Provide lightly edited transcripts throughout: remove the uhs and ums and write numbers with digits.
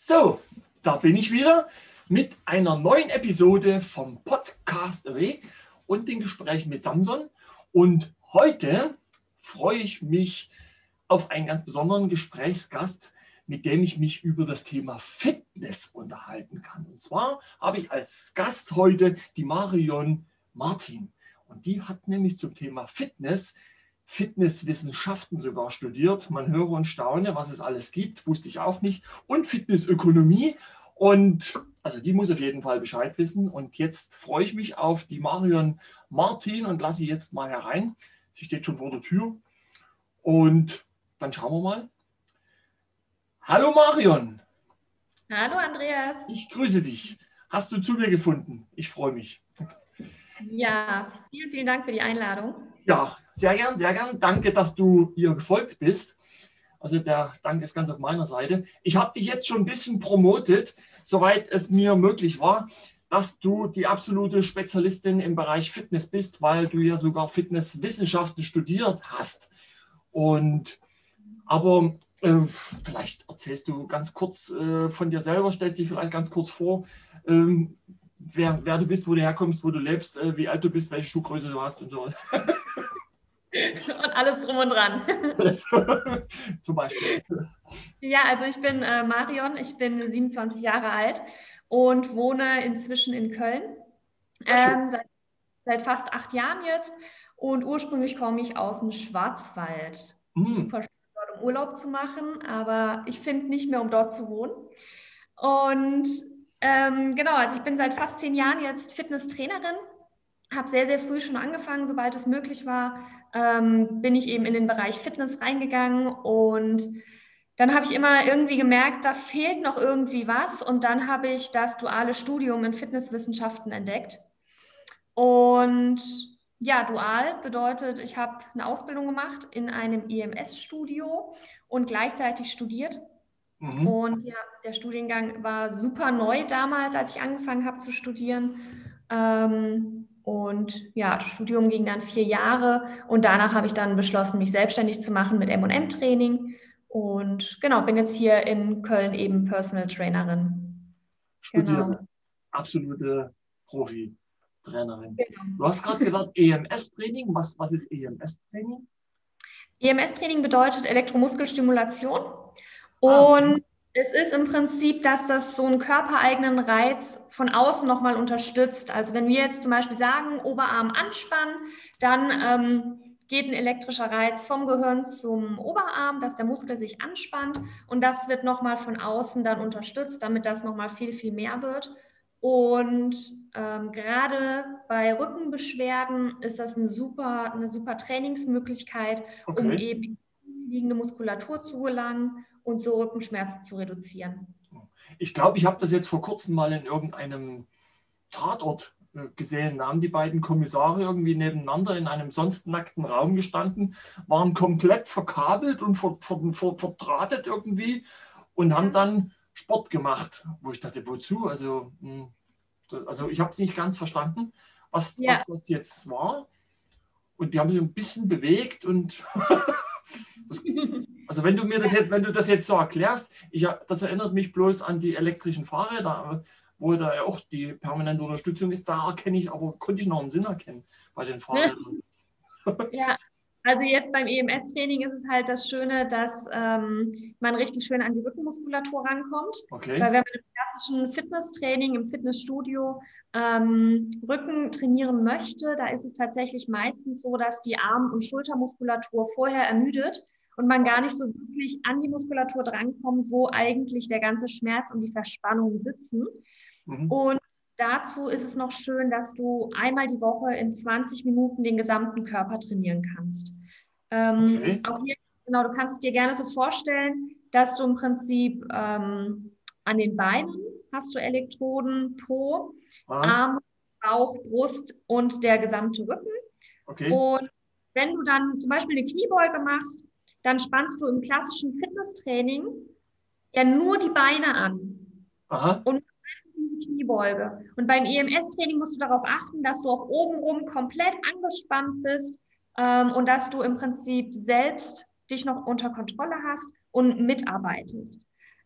So, da bin ich wieder mit einer neuen Episode vom Podcast Away und den Gesprächen mit Samson. Und heute freue ich mich auf einen ganz besonderen Gesprächsgast, mit dem ich mich über das Thema Fitness unterhalten kann. Und zwar habe ich als Gast heute die Marion Martin. Und die hat nämlich zum Thema Fitnesswissenschaften sogar studiert. Man höre und staune, was es alles gibt, wusste ich auch nicht. Und Fitnessökonomie. Und also die muss auf jeden Fall Bescheid wissen. Und jetzt freue ich mich auf die Marion Martin und lasse sie jetzt mal herein. Sie steht schon vor der Tür. Und dann schauen wir mal. Hallo Marion. Hallo Andreas. Ich grüße dich. Hast du zu mir gefunden? Ich freue mich. Ja, vielen Dank für die Einladung. Ja, sehr gern, sehr gern. Danke, dass du ihr gefolgt bist. Also der Dank ist ganz auf meiner Seite. Ich habe dich jetzt schon ein bisschen promotet, soweit es mir möglich war, dass du die absolute Spezialistin im Bereich Fitness bist, weil du ja sogar Fitnesswissenschaften studiert hast. Aber vielleicht erzählst du ganz kurz von dir selber, stellst dich vielleicht ganz kurz vor, wer du bist, wo du herkommst, wo du lebst, wie alt du bist, welche Schuhgröße du hast und so. Und alles drum und dran. Zum Beispiel. Ja, also ich bin Marion, ich bin 27 Jahre alt und wohne inzwischen in Köln. Seit fast 8 Jahren jetzt. Und ursprünglich komme ich aus dem Schwarzwald. Super schön, dort um Urlaub zu machen, aber ich finde nicht mehr, um dort zu wohnen. Und genau, also ich bin seit fast 10 Jahren jetzt Fitnesstrainerin, habe sehr, sehr früh schon angefangen, sobald es möglich war, bin ich eben in den Bereich Fitness reingegangen und dann habe ich immer irgendwie gemerkt, da fehlt noch irgendwie was und dann habe ich das duale Studium in Fitnesswissenschaften entdeckt. Und ja, dual bedeutet, ich habe eine Ausbildung gemacht in einem EMS-Studio und gleichzeitig studiert. Und ja, der Studiengang war super neu damals, als ich angefangen habe zu studieren. Und ja, das Studium ging dann 4 Jahre und danach habe ich dann beschlossen, mich selbstständig zu machen mit M&M-Training. Und genau, bin jetzt hier in Köln eben Personal Trainerin. Studierte, Genau. absolute Profi-Trainerin. Genau. Du hast gerade gesagt EMS-Training. Was ist EMS-Training? EMS-Training bedeutet Elektromuskelstimulation. Und es ist im Prinzip, dass das so einen körpereigenen Reiz von außen nochmal unterstützt. Also wenn wir jetzt zum Beispiel sagen, Oberarm anspannen, dann geht ein elektrischer Reiz vom Gehirn zum Oberarm, dass der Muskel sich anspannt und das wird nochmal von außen dann unterstützt, damit das nochmal viel mehr wird. Und gerade bei Rückenbeschwerden ist das eine super Trainingsmöglichkeit, um eben liegende Muskulatur zu gelangen und so Rückenschmerzen zu reduzieren. Ich glaube, ich habe das jetzt vor kurzem mal in irgendeinem Tatort gesehen. Da haben die beiden Kommissare irgendwie nebeneinander in einem sonst nackten Raum gestanden, waren komplett verkabelt und verdrahtet irgendwie und haben dann Sport gemacht, wo ich dachte, wozu? Also ich habe es nicht ganz verstanden, was das jetzt war. Und die haben sich ein bisschen bewegt und also wenn du das jetzt so erklärst, das erinnert mich bloß an die elektrischen Fahrräder, wo da ja auch die permanente Unterstützung ist. Da konnte ich noch einen Sinn erkennen bei den Fahrrädern. Ja, also jetzt beim EMS-Training ist es halt das Schöne, dass man richtig schön an die Rückenmuskulatur rankommt. Okay. Weil wenn man im klassischen Fitnesstraining, im Fitnessstudio Rücken trainieren möchte, da ist es tatsächlich meistens so, dass die Arm- und Schultermuskulatur vorher ermüdet und man gar nicht so wirklich an die Muskulatur drankommt, wo eigentlich der ganze Schmerz und die Verspannung sitzen. Und dazu ist es noch schön, dass du einmal die Woche in 20 Minuten den gesamten Körper trainieren kannst. Auch hier, genau, du kannst es dir gerne so vorstellen, dass du im Prinzip an den Beinen hast du Elektroden, Po, Arme, Bauch, Brust und der gesamte Rücken. Und wenn du dann zum Beispiel eine Kniebeuge machst, dann spannst du im klassischen Fitnesstraining ja nur die Beine an. Und diese Kniebeuge. Und beim EMS-Training musst du darauf achten, dass du auch obenrum komplett angespannt bist und dass du im Prinzip selbst dich noch unter Kontrolle hast und mitarbeitest.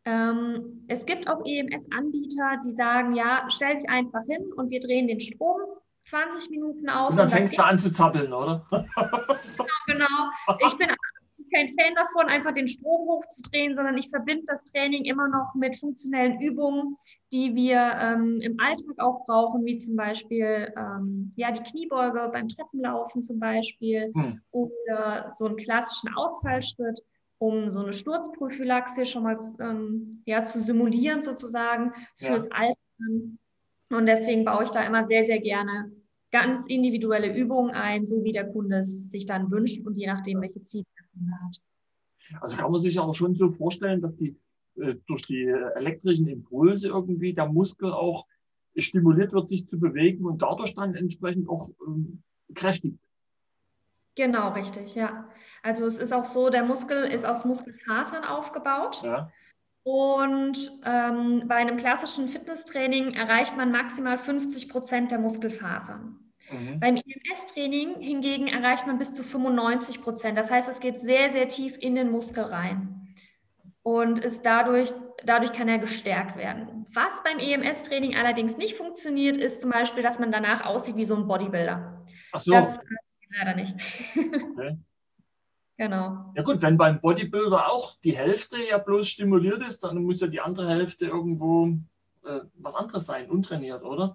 Es gibt auch EMS-Anbieter, die sagen, ja, stell dich einfach hin und wir drehen den Strom 20 Minuten auf. Und dann das fängst geht. du an zu zappeln, oder? Genau. Ich bin kein Fan davon, einfach den Strom hochzudrehen, sondern ich verbinde das Training immer noch mit funktionellen Übungen, die wir im Alltag auch brauchen, wie zum Beispiel ja, die Kniebeuge beim Treppenlaufen zum Beispiel oder so einen klassischen Ausfallschritt, um so eine Sturzprophylaxe schon mal ja, zu simulieren sozusagen fürs Altern. Und deswegen baue ich da immer sehr, sehr gerne ganz individuelle Übungen ein, so wie der Kunde es sich dann wünscht und je nachdem, welche Ziele der Kunde hat. Also kann man sich aber schon so vorstellen, dass durch die elektrischen Impulse irgendwie der Muskel auch stimuliert wird, sich zu bewegen und dadurch dann entsprechend auch kräftigt. Genau, richtig, ja. Also es ist auch so, der Muskel ist aus Muskelfasern aufgebaut. Ja. Und bei einem klassischen Fitnesstraining erreicht man maximal 50% der Muskelfasern. Beim EMS-Training hingegen erreicht man bis zu 95%. Das heißt, es geht sehr, sehr tief in den Muskel rein und ist dadurch kann er gestärkt werden. Was beim EMS-Training allerdings nicht funktioniert, ist zum Beispiel, dass man danach aussieht wie so ein Bodybuilder. Ach so. Das leider nicht. Okay. Genau. Ja gut, wenn beim Bodybuilder auch die Hälfte ja bloß stimuliert ist, dann muss ja die andere Hälfte irgendwo was anderes sein, untrainiert, oder?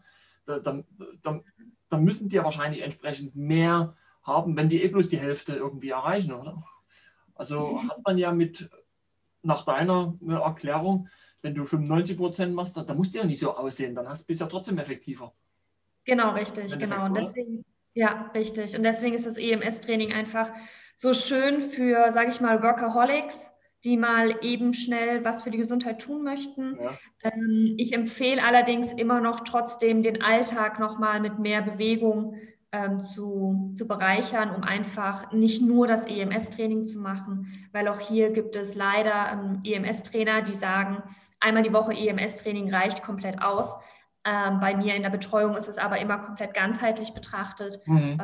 Dann müssen die ja wahrscheinlich entsprechend mehr haben, wenn die bloß die Hälfte irgendwie erreichen, oder? Also hat man ja nach deiner Erklärung, wenn du 95% machst, dann musst du ja nicht so aussehen, dann bist du ja trotzdem effektiver. Genau, richtig, genau. Und deswegen, ja, richtig. Und deswegen ist das EMS-Training einfach so schön für, sage ich mal, Workaholics, die mal eben schnell was für die Gesundheit tun möchten. Ja. Ich empfehle allerdings immer noch trotzdem den Alltag nochmal mit mehr Bewegung zu bereichern, um einfach nicht nur das EMS-Training zu machen, weil auch hier gibt es leider EMS-Trainer, die sagen, einmal die Woche EMS-Training reicht komplett aus. Bei mir in der Betreuung ist es aber immer komplett ganzheitlich betrachtet.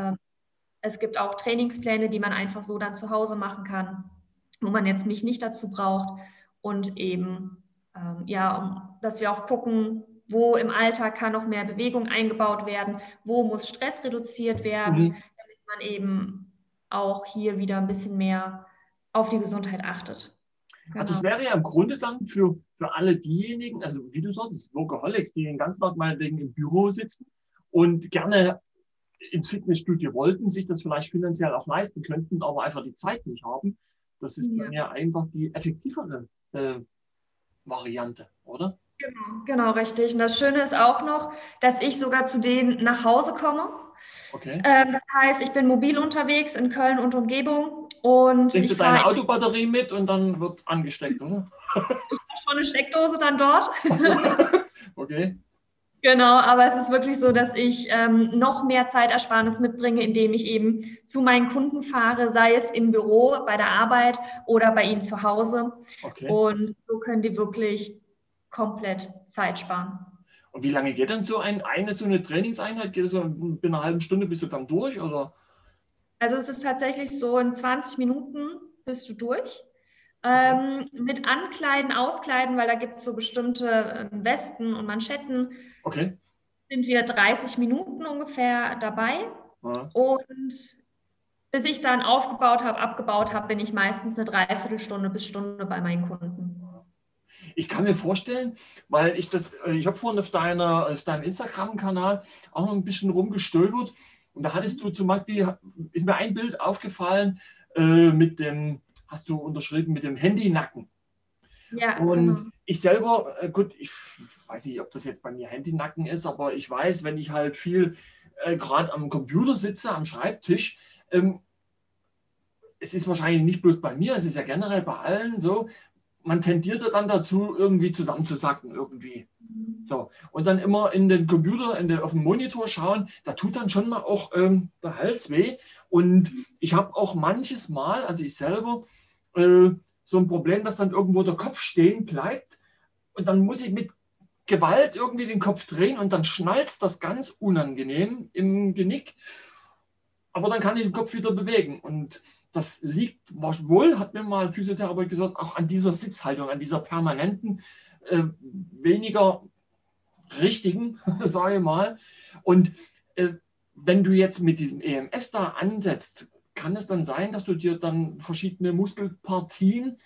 Es gibt auch Trainingspläne, die man einfach so dann zu Hause machen kann, wo man jetzt mich nicht dazu braucht. Und eben, ja, dass wir auch gucken, wo im Alltag kann noch mehr Bewegung eingebaut werden, wo muss Stress reduziert werden, damit man eben auch hier wieder ein bisschen mehr auf die Gesundheit achtet. Genau. Das wäre ja im Grunde dann für alle diejenigen, also wie du sagst, Workaholics, die den ganzen Tag meinetwegen im Büro sitzen und gerne ins Fitnessstudio wollten, sich das vielleicht finanziell auch leisten könnten, aber einfach die Zeit nicht haben. Das ist dann ja einfach die effektivere Variante, oder? Genau, richtig. Und das Schöne ist auch noch, dass ich sogar zu denen nach Hause komme. Okay. Das heißt, ich bin mobil unterwegs in Köln und Umgebung. Und bringst du deine Autobatterie mit und dann wird angesteckt, oder? Ich habe schon eine Steckdose dann dort. So. Okay. Genau, aber es ist wirklich so, dass ich noch mehr Zeitersparnis mitbringe, indem ich eben zu meinen Kunden fahre, sei es im Büro, bei der Arbeit oder bei ihnen zu Hause. Okay. Und so können die wirklich komplett Zeit sparen. Und wie lange geht dann so eine Trainingseinheit? Geht es so in einer halben Stunde bist du dann durch? Oder? Also es ist tatsächlich so, in 20 Minuten bist du durch. Mit Ankleiden, Auskleiden, weil da gibt es so bestimmte Westen und Manschetten. Okay. Sind wir 30 Minuten ungefähr dabei. Ja. Und bis ich dann abgebaut habe, bin ich meistens eine Dreiviertelstunde bis Stunde bei meinen Kunden. Ich kann mir vorstellen, weil ich habe vorhin auf deinem Instagram-Kanal auch noch ein bisschen rumgestöbert und da hattest du zum Beispiel, ist mir ein Bild aufgefallen hast du unterschrieben mit dem Handynacken. Ja, und genau. Ich selber, gut, ich weiß nicht, ob das jetzt bei mir Handynacken ist, aber ich weiß, wenn ich halt viel gerade am Computer sitze, am Schreibtisch, es ist wahrscheinlich nicht bloß bei mir, es ist ja generell bei allen so, man tendiert ja dann dazu, irgendwie zusammenzusacken irgendwie. So. Und dann immer in den Computer, auf den Monitor schauen, da tut dann schon mal auch der Hals weh. Und ich habe auch manches Mal, also ich selber, so ein Problem, dass dann irgendwo der Kopf stehen bleibt. Und dann muss ich mit Gewalt irgendwie den Kopf drehen und dann schnalzt das ganz unangenehm im Genick. aber dann kann ich den Kopf wieder bewegen. Und das liegt wohl, hat mir mal ein Physiotherapeut gesagt, auch an dieser Sitzhaltung, an dieser permanenten, weniger richtigen, sage ich mal. Und wenn du jetzt mit diesem EMS da ansetzt, kann es dann sein, dass du dir dann verschiedene Muskelpartien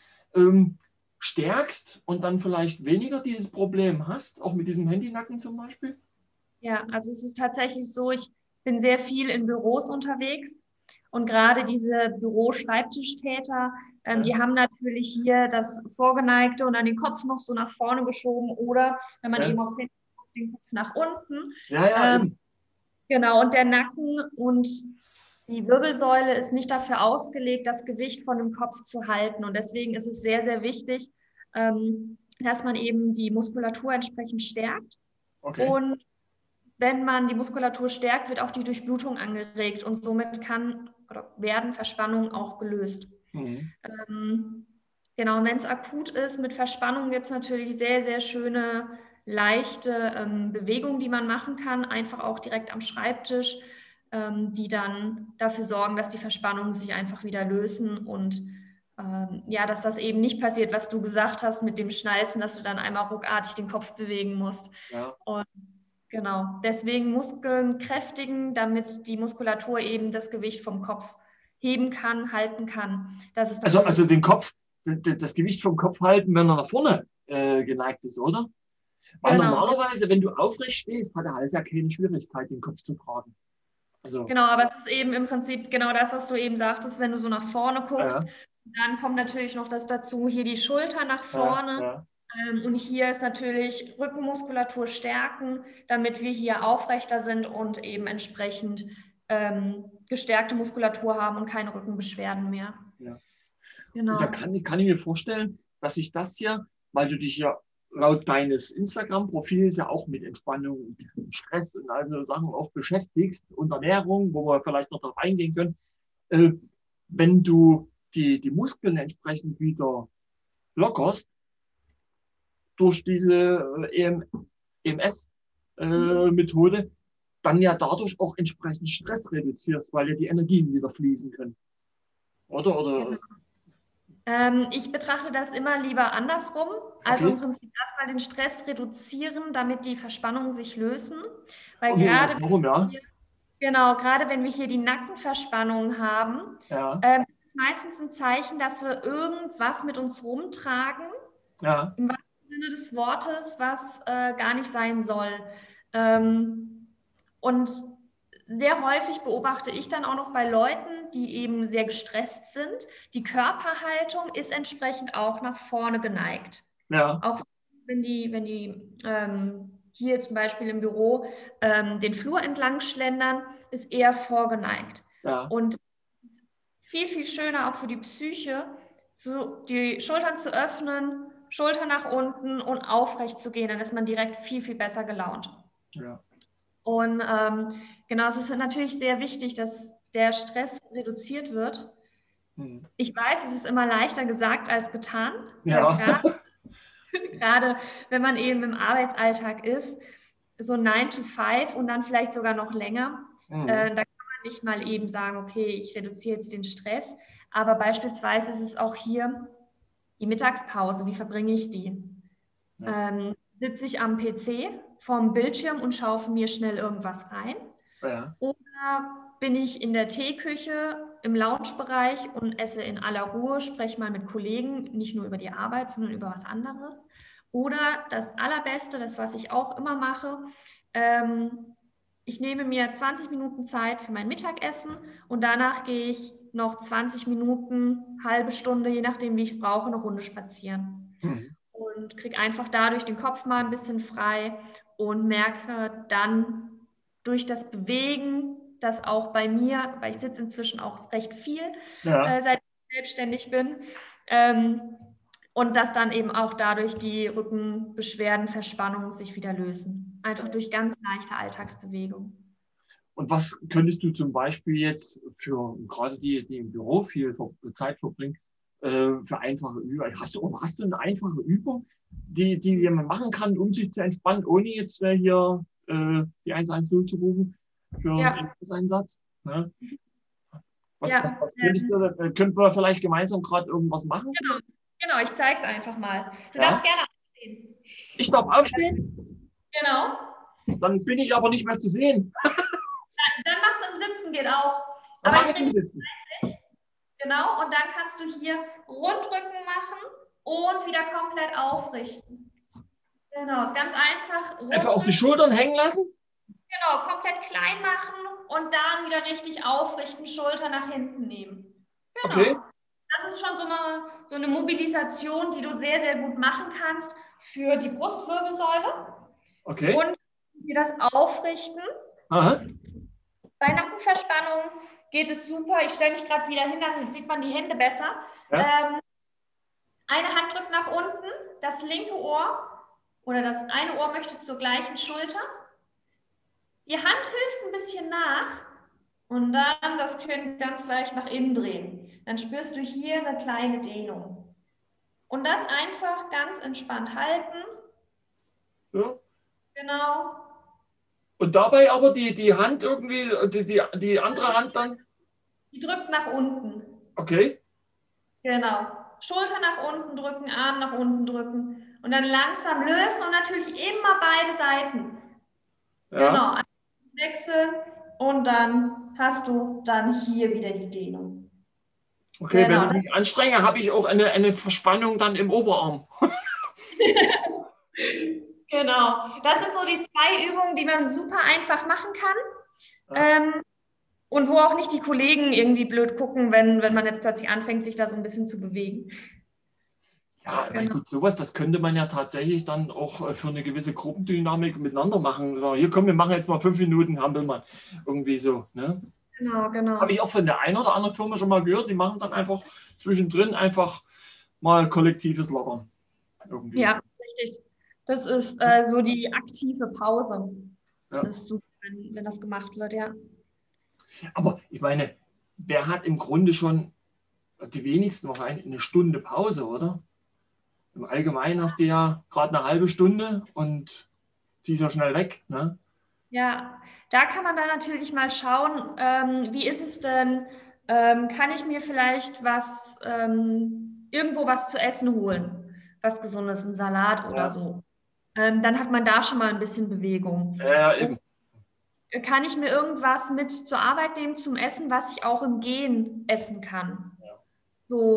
stärkst und dann vielleicht weniger dieses Problem hast, auch mit diesem Handynacken zum Beispiel? Ja, also es ist tatsächlich so, ich bin sehr viel in Büros unterwegs und gerade diese Büro-Schreibtischtäter, Ja, die haben natürlich hier das Vorgeneigte und dann den Kopf noch so nach vorne geschoben oder wenn man ja, eben aufs Handy guckt, den Kopf nach unten. ja, ja, Ähm, eben. genau, und der Nacken und die Wirbelsäule ist nicht dafür ausgelegt, das Gewicht von dem Kopf zu halten. Und deswegen ist es sehr, sehr wichtig, dass man eben die Muskulatur entsprechend stärkt. Okay. Und wenn man die Muskulatur stärkt, wird auch die Durchblutung angeregt und somit kann oder werden Verspannungen auch gelöst. Mhm. Genau, und wenn es akut ist mit Verspannung, gibt es natürlich sehr, sehr schöne, leichte Bewegungen, die man machen kann, einfach auch direkt am Schreibtisch, die dann dafür sorgen, dass die Verspannungen sich einfach wieder lösen und ja, dass das eben nicht passiert, was du gesagt hast mit dem Schnalzen, dass du dann einmal ruckartig den Kopf bewegen musst. Ja. Und genau, deswegen Muskeln kräftigen, damit die Muskulatur eben das Gewicht vom Kopf heben kann, halten kann. Das ist Also, dafür also wichtig. den Kopf, das Gewicht vom Kopf halten, wenn er nach vorne geneigt ist, oder? Weil Genau, normalerweise, wenn du aufrecht stehst, hat der Hals ja keine Schwierigkeit, den Kopf zu tragen. Also, genau, aber es ist eben im Prinzip genau das, was du eben sagtest, wenn du so nach vorne guckst. ja, Dann kommt natürlich noch das dazu, hier die Schulter nach ja, vorne. ja, Und hier ist natürlich Rückenmuskulatur stärken, damit wir hier aufrechter sind und eben entsprechend gestärkte Muskulatur haben und keine Rückenbeschwerden mehr. ja. Und da Genau. kann ich mir vorstellen, dass sich das hier, weil du dich ja laut deines Instagram-Profils ja auch mit Entspannung und Stress und all so Sachen auch beschäftigst und Ernährung, wo wir vielleicht noch darauf eingehen können, äh, wenn du die Muskeln entsprechend wieder lockerst durch diese EMS-Methode, dann ja dadurch auch entsprechend Stress reduzierst, weil ja die Energien wieder fließen können. Oder? Genau. Oder? Ich betrachte das immer lieber andersrum. Also im Okay. Prinzip erstmal den Stress reduzieren, damit die Verspannungen sich lösen. Weil Okay, gerade warum ja? genau, gerade wenn wir hier die Nackenverspannung haben, Ja, ist es meistens ein Zeichen, dass wir irgendwas mit uns rumtragen, ja, im wahrsten Sinne des Wortes, was gar nicht sein soll. Ähm, und sehr häufig beobachte ich dann auch noch bei Leuten, die eben sehr gestresst sind, die Körperhaltung ist entsprechend auch nach vorne geneigt. ja, Auch wenn die hier zum Beispiel im Büro den Flur entlang schlendern, ist eher vorgeneigt. ja. Und viel, viel schöner auch für die Psyche, so die Schultern zu öffnen, Schulter nach unten und aufrecht zu gehen, dann ist man direkt viel, viel besser gelaunt. Ja. Und genau, es ist natürlich sehr wichtig, dass der Stress reduziert wird. Hm. Ich weiß, es ist immer leichter gesagt als getan, weil Ja. gerade wenn man eben im Arbeitsalltag ist, so 9 to 5 und dann vielleicht sogar noch länger, Hm. da kann man nicht mal eben sagen, okay, ich reduziere jetzt den Stress. Aber beispielsweise ist es auch hier die Mittagspause, wie verbringe ich die? Ja. Sitze ich am PC vorm Bildschirm und schaue mir schnell irgendwas rein? Ja. Oder bin ich in der Teeküche im Lounge-Bereich und esse in aller Ruhe, spreche mal mit Kollegen, nicht nur über die Arbeit, sondern über was anderes? Oder das Allerbeste, das, was ich auch immer mache, ich nehme mir 20 Minuten Zeit für mein Mittagessen und danach gehe ich noch 20 Minuten, halbe Stunde, je nachdem, wie ich es brauche, eine Runde spazieren. Hm. Und kriege einfach dadurch den Kopf mal ein bisschen frei und merke dann durch das Bewegen, das auch bei mir, weil ich sitze inzwischen auch recht viel, Ja. seit ich selbstständig bin, und dass dann eben auch dadurch die Rückenbeschwerden, Verspannungen sich wieder lösen. Einfach durch ganz leichte Alltagsbewegung. Und was könntest du zum Beispiel jetzt für gerade die im Büro viel Zeit verbringen, für einfache Übungen? Hast du eine einfache Übung, die man machen kann, um sich zu entspannen, ohne jetzt hier die 110 zu rufen für einen Ja, Einsatz? Ne? Was könnte ich da, könnten wir vielleicht gemeinsam gerade irgendwas machen? Genau, ich zeige es einfach mal. Du Ja? darfst gerne aufstehen. Ich darf aufstehen? Genau. Dann bin ich aber nicht mehr zu sehen. Dann machst du im Sitzen, geht auch. Dann Aber mache ich im Sitzen. Genau, und dann kannst du hier Rundrücken machen und wieder komplett aufrichten. Genau, ist ganz einfach. Einfach auf die Schultern hängen lassen? Genau, komplett klein machen und dann wieder richtig aufrichten, Schulter nach hinten nehmen. Genau. Okay. Das ist schon so eine Mobilisation, die du sehr, sehr gut machen kannst für die Brustwirbelsäule. Okay. Und hier das Aufrichten. Aha. Bei Nackenverspannung geht es super. Ich stelle mich gerade wieder hin, dann sieht man die Hände besser. Ja. Eine Hand drückt nach unten, das linke Ohr oder das eine Ohr möchte zur gleichen Schulter. Die Hand hilft ein bisschen nach und dann das Kinn ganz leicht nach innen drehen. Dann spürst du hier eine kleine Dehnung. Und das einfach ganz entspannt halten. Ja. Genau. Und dabei aber die Hand irgendwie, die andere Hand dann? Die drückt nach unten. Okay. Genau. Schulter nach unten drücken, Arm nach unten drücken und dann langsam lösen und natürlich immer beide Seiten. Ja. Genau. Wechseln und dann hast du dann hier wieder die Dehnung. Okay, genau. Wenn ich mich anstrenge, habe ich auch eine Verspannung dann im Oberarm. Genau. Das sind so die 2 Übungen, die man super einfach machen kann. Ja. Und wo auch nicht die Kollegen irgendwie blöd gucken, wenn man jetzt plötzlich anfängt, sich da so ein bisschen zu bewegen. Ja, genau. Gut, sowas, das könnte man ja tatsächlich dann auch für eine gewisse Gruppendynamik miteinander machen. So, hier komm, wir machen jetzt mal 5 Minuten Hampelmann. Irgendwie so. Ne? Genau. Habe ich auch von der einen oder anderen Firma schon mal gehört, die machen dann einfach zwischendrin einfach mal kollektives Lockern. Irgendwie. Ja, richtig. Das ist so die aktive Pause. Ja. Das ist super, wenn das gemacht wird, ja. Aber ich meine, wer hat im Grunde schon die wenigsten wahrscheinlich eine Stunde Pause, oder? Im Allgemeinen hast du ja gerade eine halbe Stunde und die ist ja schnell weg. Ne? Ja, da kann man dann natürlich mal schauen, wie ist es denn, kann ich mir vielleicht irgendwo was zu essen holen, was Gesundes, ein Salat oder so. Dann hat man da schon mal ein bisschen Bewegung. Ja, eben. Kann ich mir irgendwas mit zur Arbeit nehmen zum Essen, was ich auch im Gehen essen kann? Ja. So,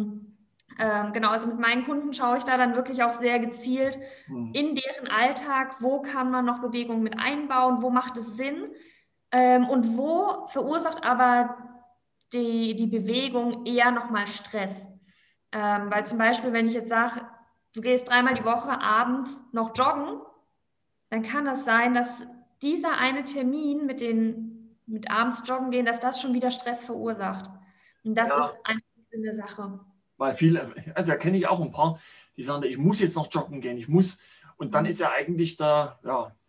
genau, also mit meinen Kunden schaue ich da dann wirklich auch sehr gezielt in deren Alltag, wo kann man noch Bewegung mit einbauen, wo macht es Sinn und wo verursacht aber die Bewegung eher nochmal Stress. Weil zum Beispiel, wenn ich jetzt sage, du gehst 3-mal die Woche abends noch joggen, dann kann das sein, dass dieser eine Termin mit abends joggen gehen, dass das schon wieder Stress verursacht. Und das ist einfach in der Sache. Weil viele, da kenne ich auch ein paar, die sagen, ich muss jetzt noch joggen gehen, ich muss. Und dann ist ja eigentlich da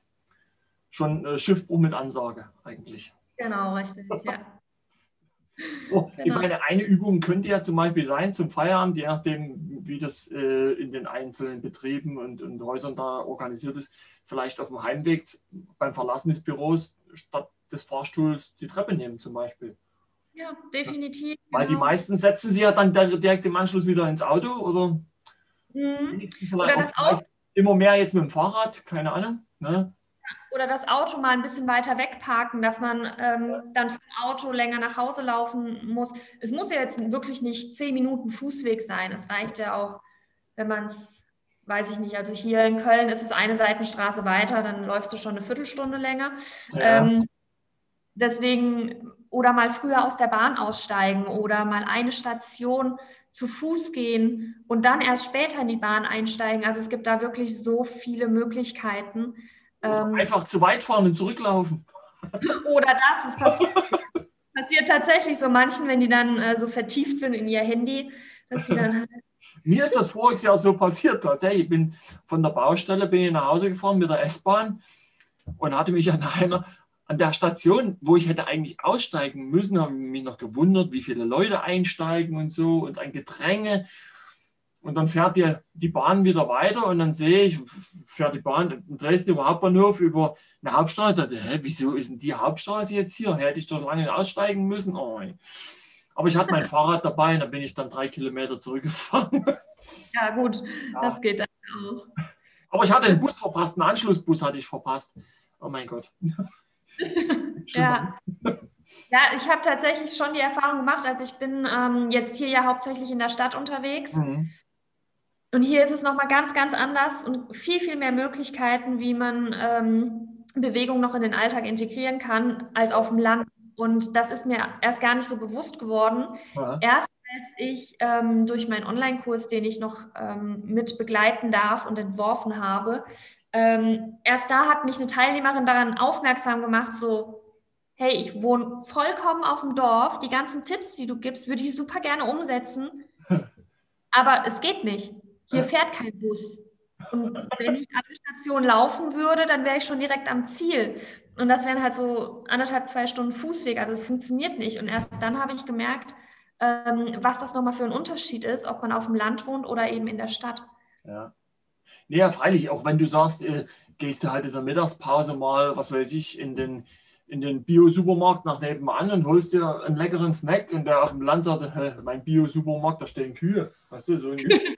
schon Schiffbruch mit Ansage eigentlich. Genau, richtig, ja. Genau. Ich meine, eine Übung könnte ja zum Beispiel sein, zum Feierabend, je nachdem, wie das in den einzelnen Betrieben und Häusern da organisiert ist, vielleicht auf dem Heimweg beim Verlassen des Büros statt des Fahrstuhls die Treppe nehmen zum Beispiel. Ja, definitiv. Weil die meisten setzen sie ja dann direkt im Anschluss wieder ins Auto oder, oder das Auto. Immer mehr jetzt mit dem Fahrrad, keine Ahnung. Ne? Oder das Auto mal ein bisschen weiter wegparken, dass man dann vom Auto länger nach Hause laufen muss. Es muss ja jetzt wirklich nicht 10 Minuten Fußweg sein. Es reicht ja auch, wenn man es, weiß ich nicht, also hier in Köln ist es eine Seitenstraße weiter, dann läufst du schon eine Viertelstunde länger. Ja. Deswegen, oder mal früher aus der Bahn aussteigen oder mal eine Station zu Fuß gehen und dann erst später in die Bahn einsteigen. Also es gibt da wirklich so viele Möglichkeiten. Einfach zu weit fahren und zurücklaufen. Oder das passiert tatsächlich so manchen, wenn die dann so vertieft sind in ihr Handy, dass sie dann halt Mir ist das voriges Jahr so passiert. Tatsächlich, ich bin von der Baustelle nach Hause gefahren mit der S-Bahn und hatte mich an der Station, wo ich hätte eigentlich aussteigen müssen, habe mich noch gewundert, wie viele Leute einsteigen und so und ein Gedränge. Und dann fährt die Bahn wieder weiter und dann sehe ich, fährt die Bahn in Dresden über Hauptbahnhof über eine Hauptstraße. Ich dachte, wieso ist denn die Hauptstraße jetzt hier? Hätte ich doch lange aussteigen müssen. Oh. Aber ich hatte mein Fahrrad dabei und da bin ich dann 3 Kilometer zurückgefahren. Ja, gut, Ja. das geht dann auch. Aber ich hatte einen Bus verpasst, einen Anschlussbus hatte ich verpasst. Oh mein Gott. Ja. Ja, ich habe tatsächlich schon die Erfahrung gemacht. Also ich bin jetzt hier ja hauptsächlich in der Stadt unterwegs. Mhm. Und hier ist es nochmal ganz, ganz anders und viel, viel mehr Möglichkeiten, wie man Bewegung noch in den Alltag integrieren kann, als auf dem Land. Und das ist mir erst gar nicht so bewusst geworden. Ja. Erst als ich durch meinen Online-Kurs, den ich noch mit begleiten darf und entworfen habe, erst da hat mich eine Teilnehmerin daran aufmerksam gemacht, so, hey, ich wohne vollkommen auf dem Dorf, die ganzen Tipps, die du gibst, würde ich super gerne umsetzen, aber es geht nicht. Hier fährt kein Bus. Und wenn ich alle Stationen laufen würde, dann wäre ich schon direkt am Ziel. Und das wären halt so 1,5, 2 Stunden Fußweg. Also es funktioniert nicht. Und erst dann habe ich gemerkt, was das nochmal für ein Unterschied ist, ob man auf dem Land wohnt oder eben in der Stadt. Ja. Ja, freilich, auch wenn du sagst, gehst du halt in der Mittagspause mal, was weiß ich, in den Bio-Supermarkt nach nebenan und holst dir einen leckeren Snack und der auf dem Land sagt, mein Bio-Supermarkt, da stehen Kühe. Weißt du, so ungefähr.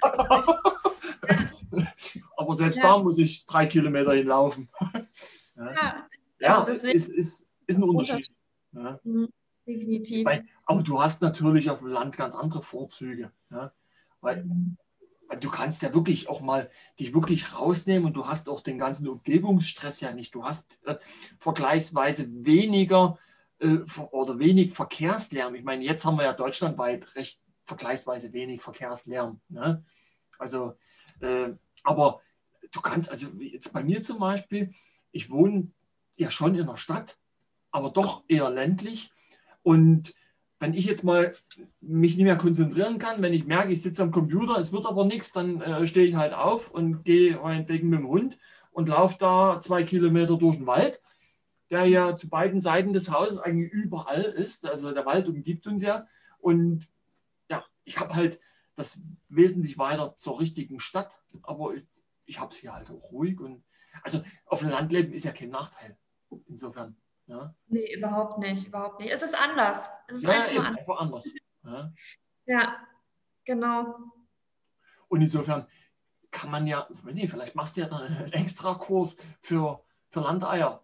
Aber selbst da muss ich 3 Kilometer hinlaufen. Ja, also deswegen ist ein Unterschied. Ja. Definitiv. Ich meine, aber du hast natürlich auf dem Land ganz andere Vorzüge. Ja? Weil du kannst ja wirklich auch mal dich wirklich rausnehmen und du hast auch den ganzen Umgebungsstress ja nicht. Du hast vergleichsweise weniger oder wenig Verkehrslärm. Ich meine, jetzt haben wir ja deutschlandweit recht vergleichsweise wenig Verkehrslärm. Ne? Also, aber du kannst, also jetzt bei mir zum Beispiel, ich wohne ja schon in der Stadt, aber doch eher ländlich. Und wenn ich jetzt mal mich nicht mehr konzentrieren kann, wenn ich merke, ich sitze am Computer, es wird aber nichts, dann stehe ich halt auf und gehe meinetwegen mit dem Hund und laufe da 2 Kilometer durch den Wald, der ja zu beiden Seiten des Hauses eigentlich überall ist. Also der Wald umgibt uns ja. Und ja, ich habe halt das wesentlich weiter zur richtigen Stadt, aber ich habe es hier halt auch ruhig. Und also auf dem Land leben ist ja kein Nachteil. Insofern. Ja. Nee, überhaupt nicht, überhaupt nicht. Es ist anders. Es ist Ja, einfach nur eben, anders. einfach anders. Ja. Ja, genau. Und insofern kann man ja, ich weiß nicht, vielleicht machst du ja dann einen Extrakurs für Landeier.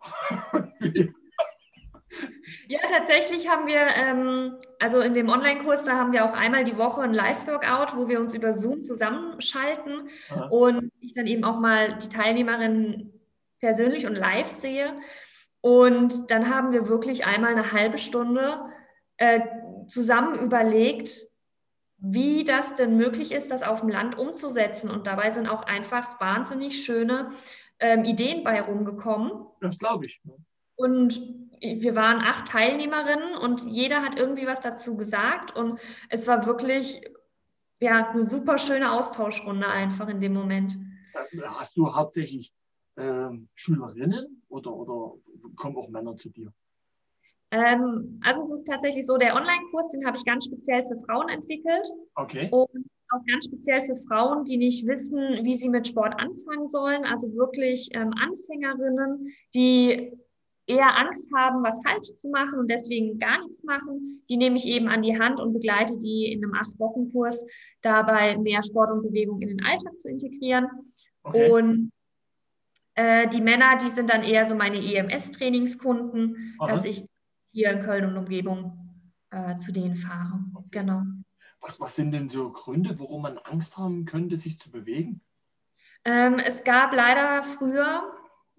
Ja, tatsächlich haben wir, also in dem Online-Kurs, da haben wir auch einmal die Woche ein Live-Workout, wo wir uns über Zoom zusammenschalten Ja. und ich dann eben auch mal die Teilnehmerin persönlich und live sehe. Und dann haben wir wirklich einmal eine halbe Stunde zusammen überlegt, wie das denn möglich ist, das auf dem Land umzusetzen. Und dabei sind auch einfach wahnsinnig schöne Ideen bei rumgekommen. Das glaube ich. Und wir waren 8 Teilnehmerinnen und jeder hat irgendwie was dazu gesagt. Und es war wirklich ja, eine super schöne Austauschrunde einfach in dem Moment. Hast du hauptsächlich Schülerinnen oder kommen auch Männer zu dir? Also es ist tatsächlich so, der Online-Kurs, den habe ich ganz speziell für Frauen entwickelt. Okay. Und auch ganz speziell für Frauen, die nicht wissen, wie sie mit Sport anfangen sollen. Also wirklich Anfängerinnen, die eher Angst haben, was falsch zu machen und deswegen gar nichts machen. Die nehme ich eben an die Hand und begleite die in einem 8-Wochen-Kurs dabei, mehr Sport und Bewegung in den Alltag zu integrieren. Okay. Und die Männer, die sind dann eher so meine EMS-Trainingskunden, dass Aha. ich hier in Köln und Umgebung zu denen fahre. Okay. Genau. Was sind denn so Gründe, warum man Angst haben könnte, sich zu bewegen? Es gab leider früher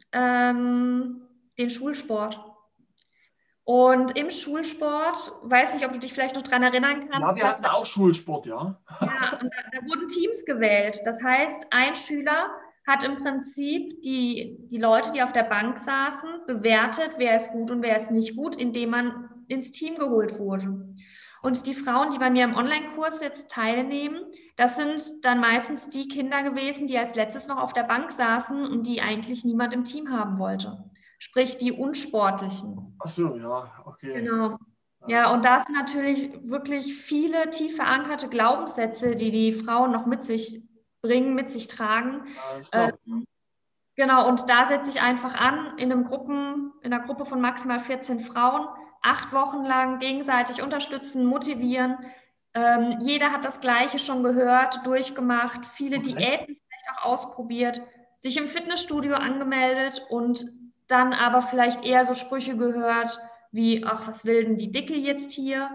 den Schulsport. Und im Schulsport, weiß nicht, ob du dich vielleicht noch daran erinnern Ja, kannst, wir hatten auch Schulsport, ja. ja, und da wurden Teams gewählt. Das heißt, ein Schüler hat im Prinzip die Leute, die auf der Bank saßen, bewertet, wer ist gut und wer ist nicht gut, indem man ins Team geholt wurde. Und die Frauen, die bei mir im Online-Kurs jetzt teilnehmen, das sind dann meistens die Kinder gewesen, die als letztes noch auf der Bank saßen und die eigentlich niemand im Team haben wollte. Sprich, die Unsportlichen. Ach so, ja, okay. Genau. Ja, und da sind natürlich wirklich viele tief verankerte Glaubenssätze, die die Frauen noch mit sich bringen, mit sich tragen. Ja, das glaube ich. Genau, und da setze ich einfach an in einer Gruppe von maximal 14 Frauen, 8 Wochen lang gegenseitig unterstützen, motivieren. Jeder hat das Gleiche schon gehört, durchgemacht, viele Okay. Diäten vielleicht auch ausprobiert, sich im Fitnessstudio angemeldet und dann aber vielleicht eher so Sprüche gehört wie, ach, was will denn die Dicke jetzt hier?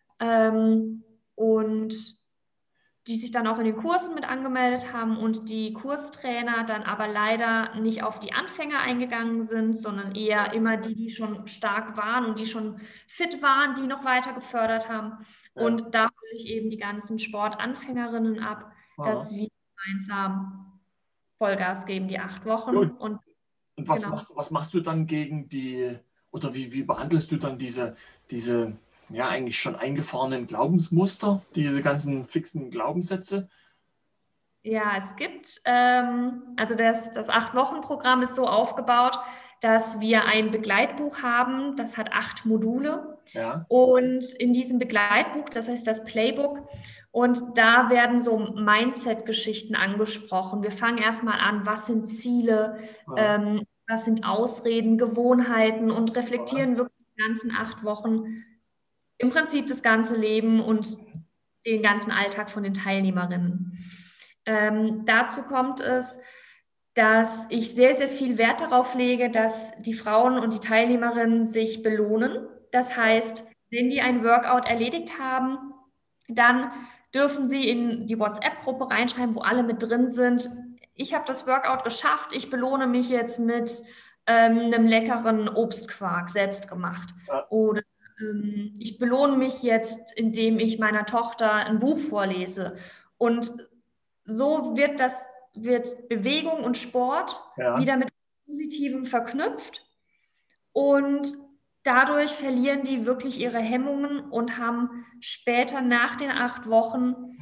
Und die sich dann auch in den Kursen mit angemeldet haben und die Kurstrainer dann aber leider nicht auf die Anfänger eingegangen sind, sondern eher immer die, die schon stark waren und die schon fit waren, die noch weiter gefördert haben. Ja. Und da hole ich eben die ganzen Sportanfängerinnen ab, dass Aha. wir gemeinsam Vollgas geben, die 8 Wochen. Gut. Und Und genau. was machst du dann gegen die, oder wie behandelst du dann diese ja eigentlich schon eingefahrenen Glaubensmuster, diese ganzen fixen Glaubenssätze? Ja, es gibt, also das 8-Wochen-Programm ist so aufgebaut, dass wir ein Begleitbuch haben, das hat 8 Module. Ja. Und in diesem Begleitbuch, das heißt das Playbook, und da werden so Mindset-Geschichten angesprochen. Wir fangen erstmal an, was sind Ziele, Ja. was sind Ausreden, Gewohnheiten und Was? reflektieren wirklich die ganzen 8 Wochen im Prinzip das ganze Leben und den ganzen Alltag von den Teilnehmerinnen. Dazu kommt es, dass ich sehr, sehr viel Wert darauf lege, dass die Frauen und die Teilnehmerinnen sich belohnen. Das heißt, wenn die ein Workout erledigt haben, dann dürfen sie in die WhatsApp-Gruppe reinschreiben, wo alle mit drin sind. Ich habe das Workout geschafft, ich belohne mich jetzt mit einem leckeren Obstquark, selbst gemacht. Ja. Oder ich belohne mich jetzt, indem ich meiner Tochter ein Buch vorlese. Und so wird Bewegung und Sport Ja. wieder mit Positivem verknüpft und dadurch verlieren die wirklich ihre Hemmungen und haben später nach den 8 Wochen,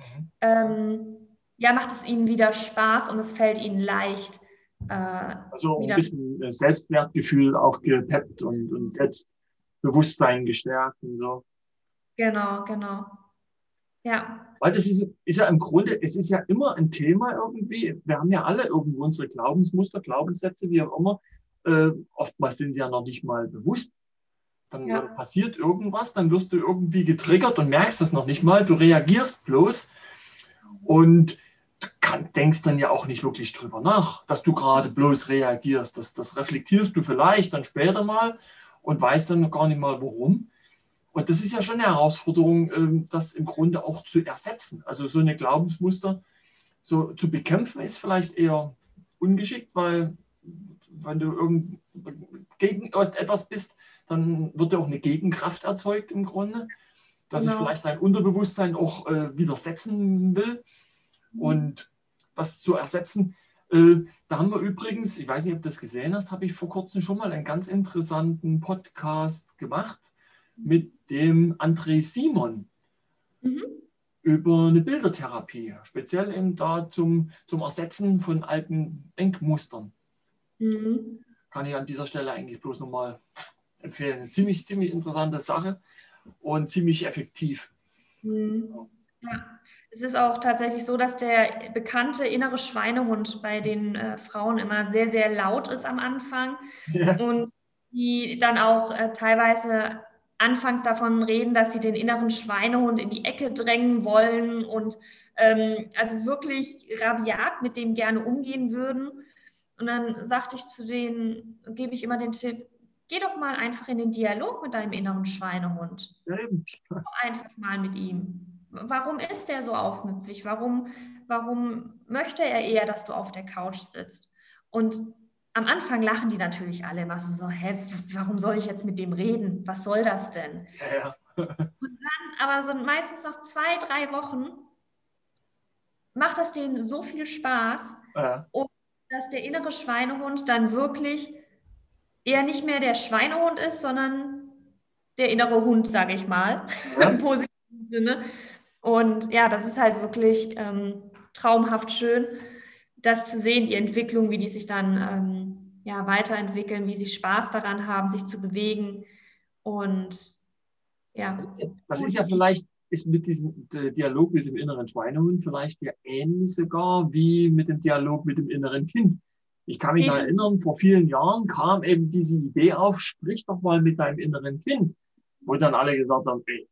ja, macht es ihnen wieder Spaß und es fällt ihnen leicht. Also ein Wieder. bisschen Selbstwertgefühl aufgepeppt und Selbstbewusstsein gestärkt und so. Genau, genau. Ja. Weil das ist ja im Grunde, es ist ja immer ein Thema irgendwie. Wir haben ja alle irgendwo unsere Glaubensmuster, Glaubenssätze, wie auch immer. Oftmals sind sie ja noch nicht mal bewusst. Dann passiert irgendwas, dann wirst du irgendwie getriggert und merkst das noch nicht mal. Du reagierst bloß und denkst dann ja auch nicht wirklich drüber nach, dass du gerade bloß reagierst. Das reflektierst du vielleicht dann später mal und weißt dann noch gar nicht mal, warum. Und das ist ja schon eine Herausforderung, das im Grunde auch zu ersetzen. Also so eine Glaubensmuster so zu bekämpfen ist vielleicht eher ungeschickt, weil wenn du gegen etwas bist, dann wird ja auch eine Gegenkraft erzeugt im Grunde, dass sich vielleicht dein Unterbewusstsein auch widersetzen will. Und das zu ersetzen, da haben wir übrigens, ich weiß nicht, ob du das gesehen hast, habe ich vor kurzem schon mal einen ganz interessanten Podcast gemacht mit dem André Simon über eine Bildertherapie, speziell eben da zum Ersetzen von alten Denkmustern. Kann ich an dieser Stelle eigentlich bloß nochmal empfehlen. Eine ziemlich interessante Sache und ziemlich effektiv. Ja, es ist auch tatsächlich so, dass der bekannte innere Schweinehund bei den Frauen immer sehr, sehr laut ist am Anfang und die dann auch teilweise anfangs davon reden, dass sie den inneren Schweinehund in die Ecke drängen wollen und also wirklich rabiat mit dem gerne umgehen würden. Und dann sagte ich zu denen, gebe ich immer den Tipp, geh doch mal einfach in den Dialog mit deinem inneren Schweinehund. Einfach mal mit ihm. Warum ist er so aufmüpfig? Warum möchte er eher, dass du auf der Couch sitzt? Und am Anfang lachen die natürlich alle immer so, hä, warum soll ich jetzt mit dem reden? Was soll das denn? Ja. Und dann, aber so meistens nach 2, 3 Wochen macht das denen so viel Spaß, und dass der innere Schweinehund dann wirklich eher nicht mehr der Schweinehund ist, sondern der innere Hund, sage ich mal, im positiven Sinne. Und ja, das ist halt wirklich traumhaft schön, das zu sehen, die Entwicklung, wie die sich dann weiterentwickeln, wie sie Spaß daran haben, sich zu bewegen. Und ja. Das ist ja vielleicht, ist mit diesem Dialog mit dem inneren Schweinehund vielleicht ja ähnlich sogar wie mit dem Dialog mit dem inneren Kind. Ich kann mich erinnern, vor vielen Jahren kam eben diese Idee auf, sprich doch mal mit deinem inneren Kind. wo dann alle gesagt haben, ey,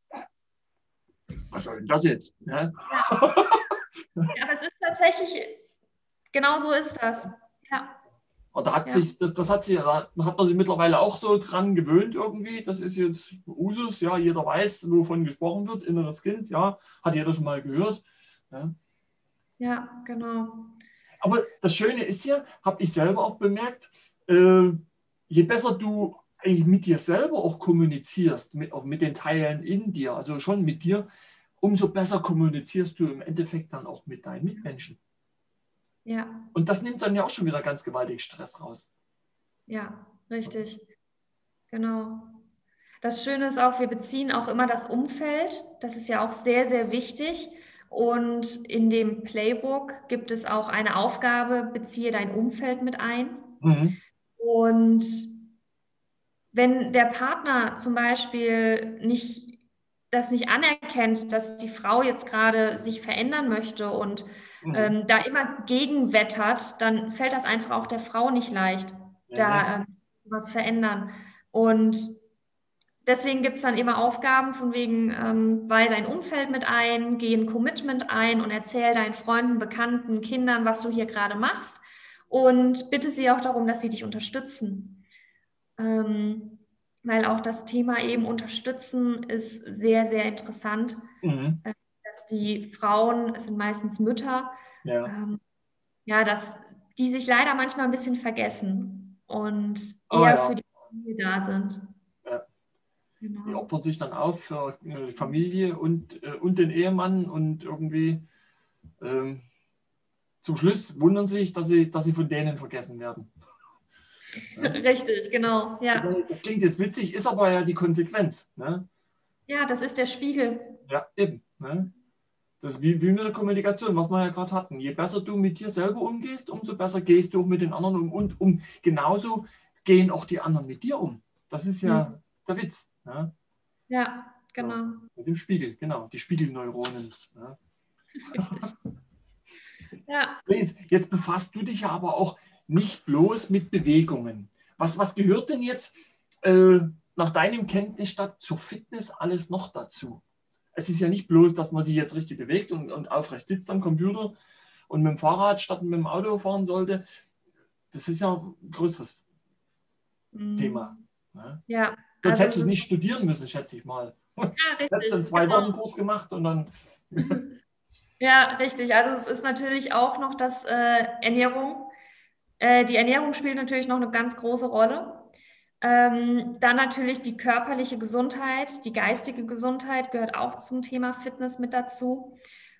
was soll denn das jetzt? Ja? Ja, aber es ist tatsächlich, genau so ist das. Ja. Oder hat sich, hat man sich mittlerweile auch so dran gewöhnt irgendwie. Das ist jetzt Usus, ja, jeder weiß, wovon gesprochen wird, inneres Kind, ja, hat jeder schon mal gehört. Ja, Ja, genau. aber das Schöne ist ja, habe ich selber auch bemerkt, äh, je besser du eigentlich mit dir selber auch kommunizierst, auch mit den Teilen in dir, also schon mit dir, umso besser kommunizierst du im Endeffekt dann auch mit deinen Mitmenschen. Ja, Und das nimmt dann ja auch schon wieder ganz gewaltig Stress raus. ja, richtig. Genau. Das Schöne ist auch, wir beziehen auch immer das Umfeld. Das ist ja auch sehr, sehr wichtig. Und in dem Playbook gibt es auch eine Aufgabe, beziehe dein Umfeld mit ein. Mhm. Und wenn der Partner zum Beispiel das nicht anerkennt, dass die Frau jetzt gerade sich verändern möchte und Mhm. da immer gegenwettert, dann fällt das einfach auch der Frau nicht leicht, Nee, nee. da was verändern. Und deswegen gibt es dann immer Aufgaben von wegen, weihe dein Umfeld mit ein, geh ein Commitment ein und erzähl deinen Freunden, Bekannten, Kindern, was du hier gerade machst. Und bitte sie auch darum, dass sie dich unterstützen. Weil auch das Thema eben unterstützen ist sehr, sehr interessant, Mhm. dass die Frauen, es sind meistens Mütter, Ja. ähm, ja, dass die sich leider manchmal ein bisschen vergessen und Ah eher für ja. die Familie da sind. Ja. Die Genau. opfern sich dann auf für die Familie und den Ehemann und irgendwie ähm, zum Schluss wundern sich, dass sie von denen vergessen werden. Ja? Richtig, genau, ja. Das klingt jetzt witzig, ist aber ja die Konsequenz. Ne? Ja, das ist der Spiegel. Ja, eben. Ne? Das ist wie mit der Kommunikation, was wir ja gerade hatten. Je besser du mit dir selber umgehst, umso besser gehst du auch mit den anderen um. Und genauso gehen auch die anderen mit dir um. Das ist Hm. ja der Witz. Ne? Ja, So, genau. mit dem Spiegel, genau, die Spiegelneuronen. Ne? Richtig. Ja. Jetzt befasst du dich ja aber auch nicht bloß mit Bewegungen. Was gehört denn jetzt nach deinem Kenntnisstand zur Fitness alles noch dazu? Es ist ja nicht bloß, dass man sich jetzt richtig bewegt und aufrecht sitzt am Computer und mit dem Fahrrad statt mit dem Auto fahren sollte. Das ist ja ein größeres Thema. Hm. Ne? Ja, Sonst also hättest es du ist, nicht studieren müssen, schätze ich mal. ja, Sonst hättest du einen richtig, 2 Wochen genau. Kurs gemacht und dann. Ja, richtig. Also es ist natürlich auch noch das Ernährung. Die Ernährung spielt natürlich noch eine ganz große Rolle. Dann natürlich die körperliche Gesundheit, die geistige Gesundheit gehört auch zum Thema Fitness mit dazu.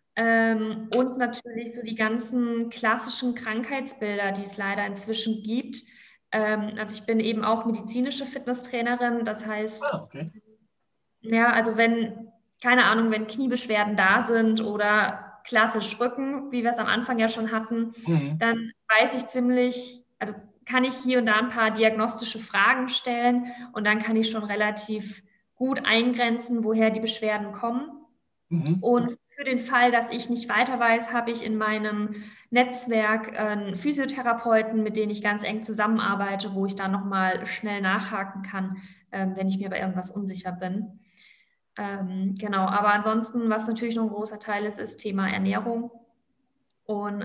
Und natürlich so die ganzen klassischen Krankheitsbilder, die es leider inzwischen gibt. Also ich bin eben auch medizinische Fitnesstrainerin. Das heißt, Ah, okay. ja, also wenn, keine Ahnung, wenn Kniebeschwerden da sind oder klassisch Rücken, wie wir es am Anfang ja schon hatten, Mhm. dann weiß ich ziemlich, also kann ich hier und da ein paar diagnostische Fragen stellen und dann kann ich schon relativ gut eingrenzen, woher die Beschwerden kommen. Mhm. Und für den Fall, dass ich nicht weiter weiß, habe ich in meinem Netzwerk einen Physiotherapeuten, mit denen ich ganz eng zusammenarbeite, wo ich dann nochmal schnell nachhaken kann, wenn ich mir bei irgendwas unsicher bin. Genau, aber ansonsten, was natürlich noch ein großer Teil ist, ist Thema Ernährung. Und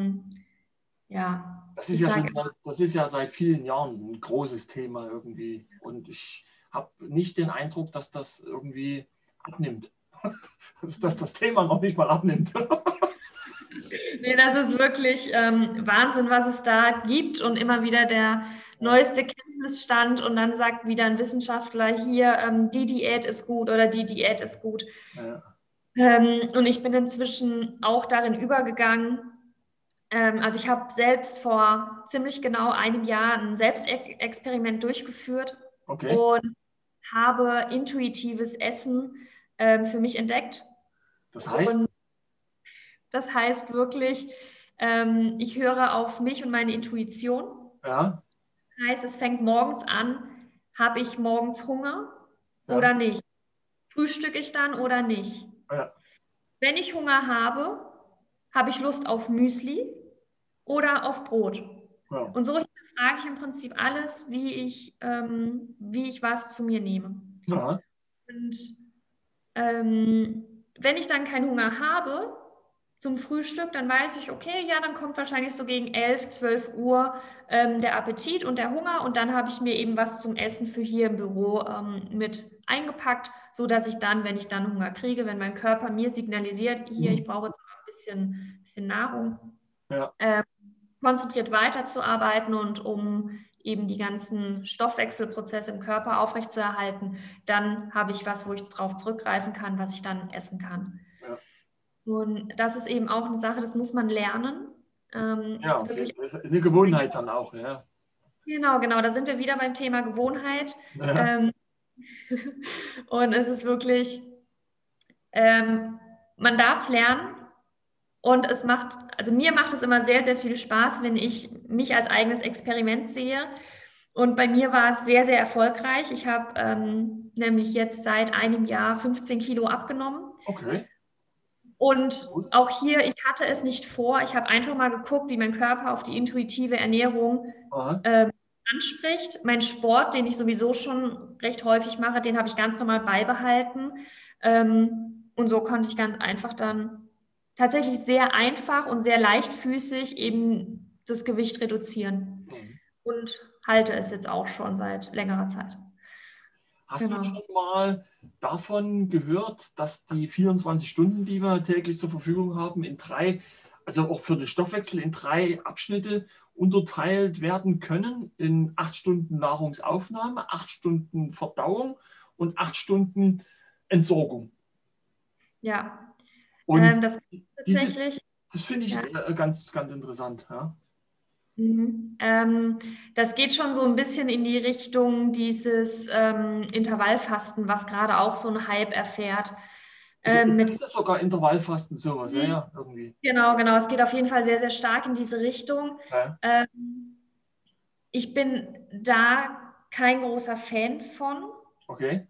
ja, Das ist ich ja sage, das ist ja seit vielen Jahren ein großes Thema irgendwie. Und ich habe nicht den Eindruck, dass das irgendwie abnimmt. Also, dass das Thema noch nicht mal abnimmt. nee, das ist wirklich Wahnsinn, was es da gibt und immer wieder der neueste Kenntnisstand und dann sagt wieder ein Wissenschaftler hier, die Diät ist gut oder die Diät ist gut. Ja. Und ich bin inzwischen auch darin übergegangen. Also ich habe selbst vor ziemlich genau einem Jahr ein Selbstexperiment durchgeführt Okay. und habe intuitives Essen für mich entdeckt. Das heißt, Und das heißt wirklich, ich höre auf mich und meine Intuition. ja, Das heißt, es fängt morgens an, habe ich morgens Hunger ja, oder nicht? Frühstücke ich dann oder nicht? ja, Wenn ich Hunger habe ich Lust auf Müsli oder auf Brot. ja. Und so frage ich im Prinzip alles, wie ich was zu mir nehme. Ja. Und wenn ich dann keinen Hunger habe zum Frühstück, dann weiß ich, okay, ja, dann kommt wahrscheinlich so gegen 11, 12 Uhr der Appetit und der Hunger und dann habe ich mir eben was zum Essen für hier im Büro mit eingepackt, so dass ich dann, wenn ich dann Hunger kriege, wenn mein Körper mir signalisiert, hier, ich brauche jetzt mal ein bisschen Nahrung, Ja. konzentriert weiterzuarbeiten und um eben die ganzen Stoffwechselprozesse im Körper aufrechtzuerhalten, dann habe ich was, wo ich darauf zurückgreifen kann, was ich dann essen kann. Ja. Und das ist eben auch eine Sache, das muss man lernen. Ja, Wirklich, das ist eine Gewohnheit dann auch, ja. genau, da sind wir wieder beim Thema Gewohnheit. Ja. Und es ist wirklich, man darf es lernen und es macht, also mir macht es immer sehr, sehr viel Spaß, wenn ich mich als eigenes Experiment sehe. Und bei mir war es sehr, sehr erfolgreich. Ich habe nämlich jetzt seit einem Jahr 15 Kilo abgenommen. Okay. Und Gut. auch hier, ich hatte es nicht vor. Ich habe einfach mal geguckt, wie mein Körper auf die intuitive Ernährung anspricht. Mein Sport, den ich sowieso schon recht häufig mache, den habe ich ganz normal beibehalten. Und so konnte ich ganz einfach dann tatsächlich sehr einfach und sehr leichtfüßig eben das Gewicht reduzieren. Und halte es jetzt auch schon seit längerer Zeit. Hast du schon mal davon gehört, dass die 24 Stunden, die wir täglich zur Verfügung haben, in 3, also auch für den Stoffwechsel in 3 Abschnitte unterteilt werden können? In 8 Stunden Nahrungsaufnahme, 8 Stunden Verdauung und 8 Stunden Entsorgung. Ja, Und das tatsächlich. Das finde ich ganz, ganz interessant. Ja. Das geht schon so ein bisschen in die Richtung dieses Intervallfasten, was gerade auch so einen Hype erfährt. Ist das sogar Intervallfasten sowas? Ja, irgendwie. Genau. Es geht auf jeden Fall sehr, sehr stark in diese Richtung. Ja. Ich bin da kein großer Fan von. Okay.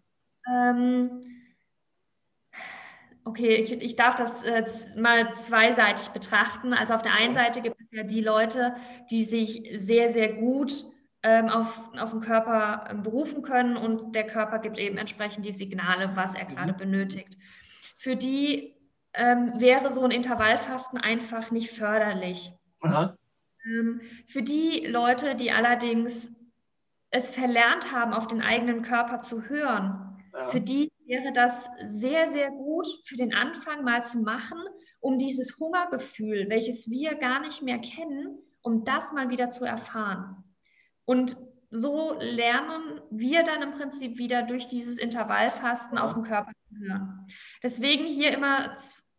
Okay, ich darf das mal zweiseitig betrachten. Also auf der einen Seite gibt es ja die Leute, die sich sehr, sehr gut auf den Körper berufen können und der Körper gibt eben entsprechend die Signale, was er gerade benötigt. Für die wäre so ein Intervallfasten einfach nicht förderlich. Aha. Für die Leute, die allerdings es verlernt haben, auf den eigenen Körper zu hören, für die wäre das sehr, sehr gut für den Anfang mal zu machen, um dieses Hungergefühl, welches wir gar nicht mehr kennen, um das mal wieder zu erfahren. Und so lernen wir dann im Prinzip wieder durch dieses Intervallfasten auf den Körper zu hören. Deswegen hier immer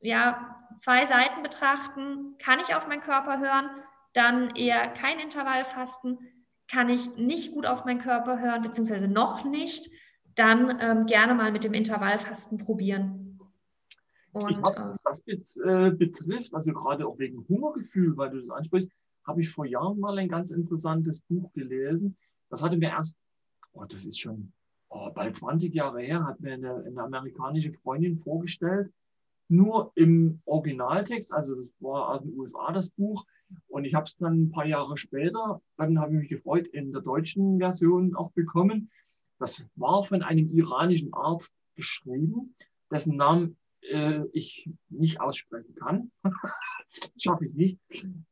2 Seiten betrachten. Kann ich auf meinen Körper hören? Dann eher kein Intervallfasten. Kann ich nicht gut auf meinen Körper hören, beziehungsweise noch nicht, dann gerne mal mit dem Intervallfasten probieren. Und, was das betrifft, also gerade auch wegen Hungergefühl, weil du das ansprichst, habe ich vor Jahren mal ein ganz interessantes Buch gelesen. Das hatte mir erst, das ist schon bald 20 Jahre her, hat mir eine amerikanische Freundin vorgestellt, nur im Originaltext, also das war aus den USA das Buch, und ich habe es dann ein paar Jahre später, dann habe ich mich gefreut, in der deutschen Version auch bekommen. Das war von einem iranischen Arzt geschrieben, dessen Namen ich nicht aussprechen kann. Das schaffe ich nicht.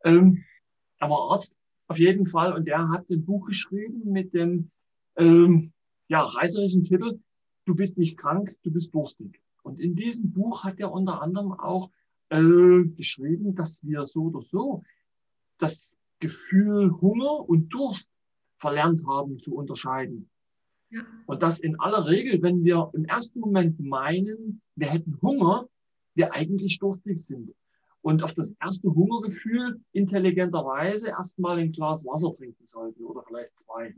Er war Arzt auf jeden Fall und der hat ein Buch geschrieben mit dem reißerischen Titel Du bist nicht krank, du bist durstig. Und in diesem Buch hat er unter anderem auch geschrieben, dass wir so oder so das Gefühl Hunger und Durst verlernt haben zu unterscheiden. Ja. Und dass in aller Regel, wenn wir im ersten Moment meinen, wir hätten Hunger, wir eigentlich durstig sind. Und auf das erste Hungergefühl intelligenterweise erstmal ein Glas Wasser trinken sollten oder vielleicht 2.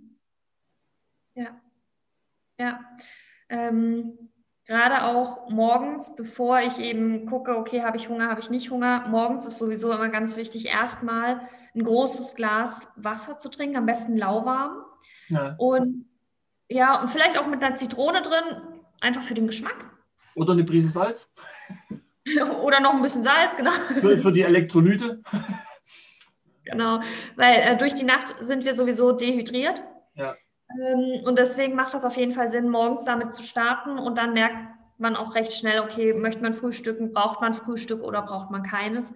Ja. Gerade auch morgens, bevor ich eben gucke, okay, habe ich Hunger, habe ich nicht Hunger. Morgens ist sowieso immer ganz wichtig, erstmal ein großes Glas Wasser zu trinken, am besten lauwarm. Ja. Und vielleicht auch mit einer Zitrone drin, einfach für den Geschmack. Oder eine Prise Salz. Oder noch ein bisschen Salz, genau. Für die Elektrolyte. Genau, weil durch die Nacht sind wir sowieso dehydriert. Ja. Und deswegen macht das auf jeden Fall Sinn, morgens damit zu starten und dann merkt man auch recht schnell, okay, möchte man frühstücken, braucht man Frühstück oder braucht man keines.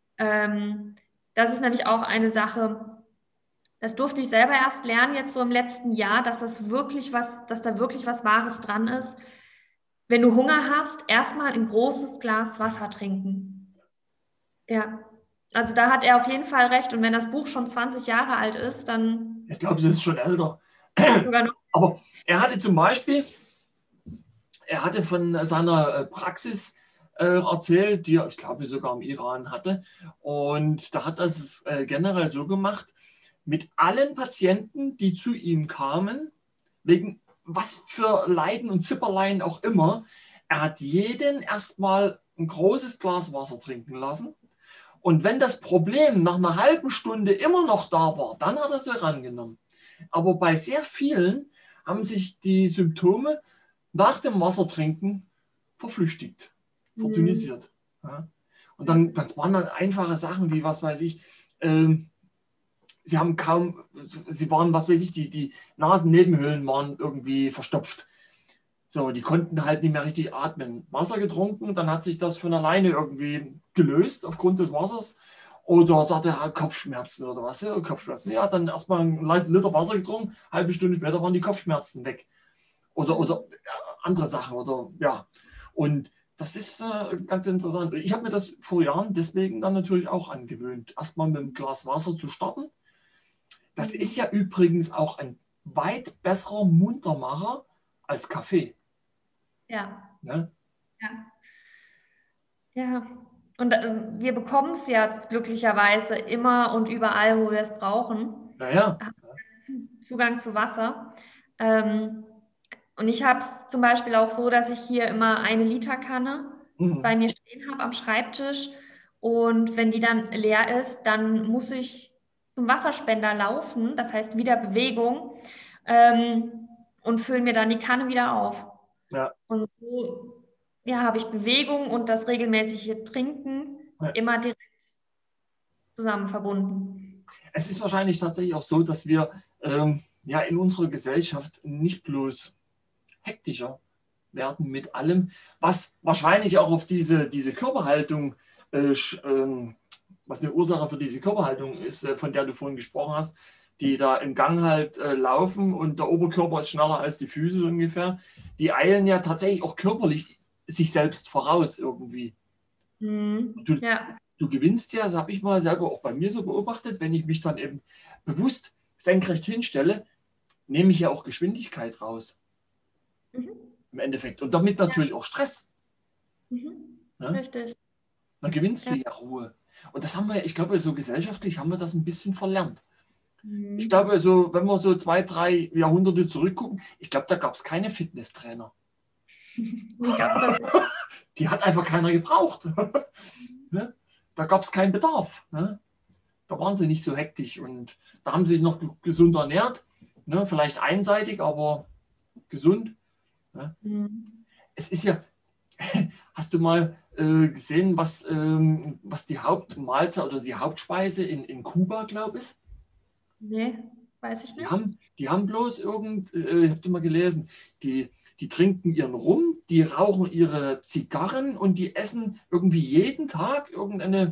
Das ist nämlich auch eine Sache, das durfte ich selber erst lernen, jetzt so im letzten Jahr, dass dass da wirklich was Wahres dran ist. Wenn du Hunger hast, erstmal ein großes Glas Wasser trinken. Ja, also da hat er auf jeden Fall recht. Und wenn das Buch schon 20 Jahre alt ist, dann Ich glaube, das ist schon älter. sogar noch. Aber er hatte zum Beispiel, er hatte von seiner Praxis erzählt, die er, ich glaube, sogar im Iran hatte. Und da hat er es generell so gemacht, mit allen Patienten, die zu ihm kamen, wegen was für Leiden und Zipperlein auch immer, er hat jeden erstmal ein großes Glas Wasser trinken lassen. Und wenn das Problem nach einer halben Stunde immer noch da war, dann hat er sie rangenommen. Aber bei sehr vielen haben sich die Symptome nach dem Wassertrinken verflüchtigt, verdünnisiert. Ja. Und dann, das waren dann einfache Sachen wie, was weiß ich, sie waren, was weiß ich, die Nasennebenhöhlen waren irgendwie verstopft. So, die konnten halt nicht mehr richtig atmen. Wasser getrunken, dann hat sich das von alleine irgendwie gelöst aufgrund des Wassers. Oder sagte er, Kopfschmerzen oder was? Ja, Kopfschmerzen. Ja, dann erstmal ein Liter Wasser getrunken, halbe Stunde später waren die Kopfschmerzen weg. Oder andere Sachen. Oder ja. Und das ist ganz interessant. Ich habe mir das vor Jahren deswegen dann natürlich auch angewöhnt, erstmal mit einem Glas Wasser zu starten. Das ist ja übrigens auch ein weit besserer Muntermacher als Kaffee. Ja. Ne? Ja. Ja. Und wir bekommen es ja glücklicherweise immer und überall, wo wir es brauchen. Naja. Zugang zu Wasser. Und ich habe es zum Beispiel auch so, dass ich hier immer 1 Liter Kanne bei mir stehen habe am Schreibtisch. Und wenn die dann leer ist, dann muss ich zum Wasserspender laufen, das heißt wieder Bewegung, und fülle mir dann die Kanne wieder auf. Ja. Und so ja, habe ich Bewegung und das regelmäßige Trinken Ja. immer direkt zusammen verbunden. Es ist wahrscheinlich tatsächlich auch so, dass wir ja in unserer Gesellschaft nicht bloß hektischer werden mit allem, was wahrscheinlich auch auf diese Körperhaltung, was eine Ursache für diese Körperhaltung ist, von der du vorhin gesprochen hast, die da im Gang halt laufen und der Oberkörper ist schneller als die Füße so ungefähr. Die eilen ja tatsächlich auch körperlich sich selbst voraus irgendwie. Ja. Du gewinnst ja, das habe ich mal selber auch bei mir so beobachtet, wenn ich mich dann eben bewusst senkrecht hinstelle, nehme ich ja auch Geschwindigkeit raus. Im Endeffekt. Und damit natürlich auch Stress. Ne? Richtig. Dann gewinnst du ja Ruhe. Und das haben wir, ich glaube, so gesellschaftlich haben wir das ein bisschen verlernt. Ich glaube, so, wenn wir so 2, 3 Jahrhunderte zurückgucken, ich glaube, da gab es keine Fitnesstrainer. Die hat einfach keiner gebraucht. Ne? Da gab es keinen Bedarf. Ne? Da waren sie nicht so hektisch und da haben sie sich noch gesund ernährt. Ne? Vielleicht einseitig, aber gesund. Ne? Es ist ja, hast du mal gesehen, was die Hauptmahlzeit oder die Hauptspeise in Kuba, glaube ich, ist? Nee, weiß ich nicht. Die haben bloß ich habe mal gelesen, die trinken ihren Rum, die rauchen ihre Zigarren und die essen irgendwie jeden Tag irgendeine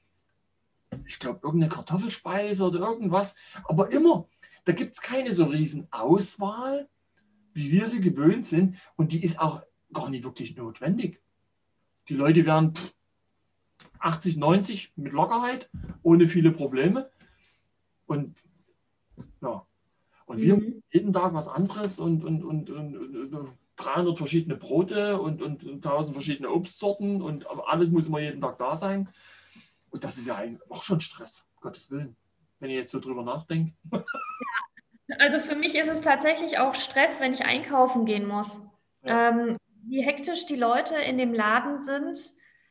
Kartoffelspeise oder irgendwas. Aber immer, da gibt es keine so riesen Auswahl, wie wir sie gewöhnt sind. Und die ist auch gar nicht wirklich notwendig. Die Leute werden 80, 90 mit Lockerheit, ohne viele Probleme. Und ja, und wir jeden Tag was anderes und 300 verschiedene Brote und 1000 verschiedene Obstsorten und alles muss immer jeden Tag da sein. Und das ist ja auch schon Stress, um Gottes Willen, wenn ich jetzt so drüber nachdenke. Also für mich ist es tatsächlich auch Stress, wenn ich einkaufen gehen muss. Ja. Wie hektisch die Leute in dem Laden sind.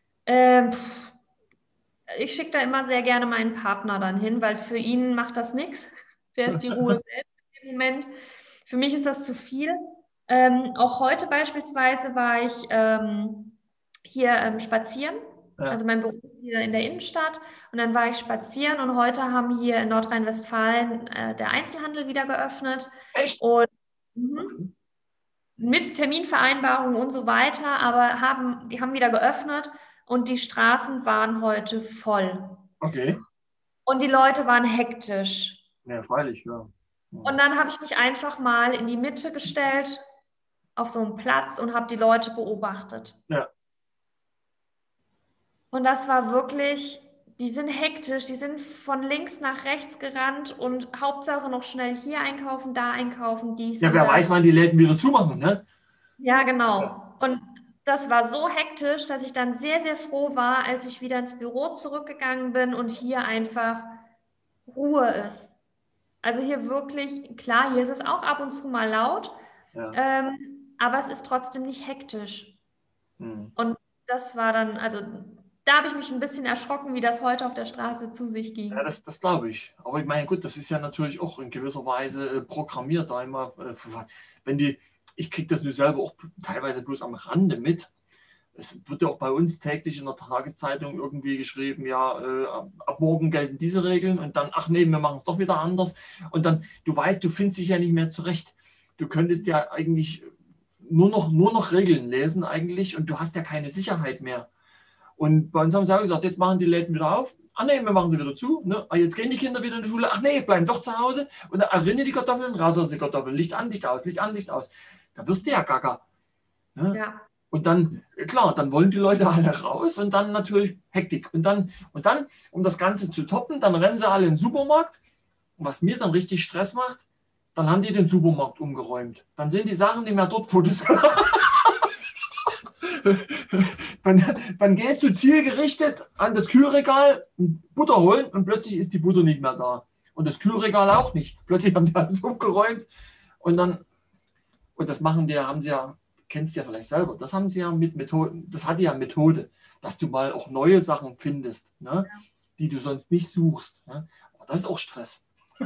Ich schicke da immer sehr gerne meinen Partner dann hin, weil für ihn macht das nichts. Der ist die Ruhe selbst im Moment. Für mich ist das zu viel. Auch heute beispielsweise war ich hier spazieren Ja. Also mein Büro ist hier in der Innenstadt und dann war ich spazieren und heute haben hier in Nordrhein-Westfalen der Einzelhandel wieder geöffnet Echt? und Okay. mit Terminvereinbarungen und so weiter, aber die haben wieder geöffnet und die Straßen waren heute voll. Okay. Und die Leute waren hektisch. Ja, freilich, ja. Und Ja. dann habe ich mich einfach mal in die Mitte gestellt, auf so einen Platz und habe die Leute beobachtet. Ja. Und das war wirklich, die sind hektisch, die sind von links nach rechts gerannt und Hauptsache noch schnell hier einkaufen, da einkaufen, dies Ja, und wer weiß, das. wann die Läden wieder zumachen, ne? Ja, Ja. genau. Und das war so hektisch, dass ich dann sehr, sehr froh war, als ich wieder ins Büro zurückgegangen bin und hier einfach Ruhe ist. Also hier wirklich, klar, hier ist es auch ab und zu mal laut, Ja. aber es ist trotzdem nicht hektisch. Hm. Und das war dann, also da habe ich mich ein bisschen erschrocken, wie das heute auf der Straße zu sich Ja, ging. das glaube ich. Aber ich meine, gut, das ist ja natürlich auch in gewisser Weise programmiert. Einmal, wenn die, ich kriege das nur selber auch teilweise bloß am Rande mit. Es wird ja auch bei uns täglich in der Tageszeitung irgendwie geschrieben, ja, ab morgen gelten diese Regeln und dann, ach nee, wir machen es doch wieder anders. Und dann, du weißt, du findest dich ja nicht mehr zurecht. Du könntest ja eigentlich nur noch Regeln lesen eigentlich und du hast ja keine Sicherheit mehr. Und bei uns haben sie auch gesagt, jetzt machen die Läden wieder auf. Ach nee, wir machen sie wieder zu. Ne? Ah, jetzt gehen die Kinder wieder in die Schule. Ach nee, bleiben doch zu Hause. Und dann rinnen die Kartoffeln, raus aus den Kartoffeln. Licht an, Licht aus, Licht an, Licht aus. Da wirst du ja gaga. Ne? Ja, Und dann, klar, dann wollen die Leute alle raus und dann natürlich Hektik. Und dann, um das Ganze zu toppen, dann rennen sie alle in den Supermarkt. Und was mir dann richtig Stress macht, dann haben die den Supermarkt umgeräumt. Dann sind die Sachen nicht mehr dort, wo du dann gehst du zielgerichtet an das Kühlregal, Butter holen und plötzlich ist die Butter nicht mehr da. Und das Kühlregal auch nicht. Plötzlich haben die alles umgeräumt und dann, und das machen die, haben sie ja, kennst du ja vielleicht selber, das haben sie ja mit Methoden, das hat ja Methode, dass du mal auch neue Sachen findest, ne, die du sonst nicht suchst. Ne. Aber das ist auch Stress.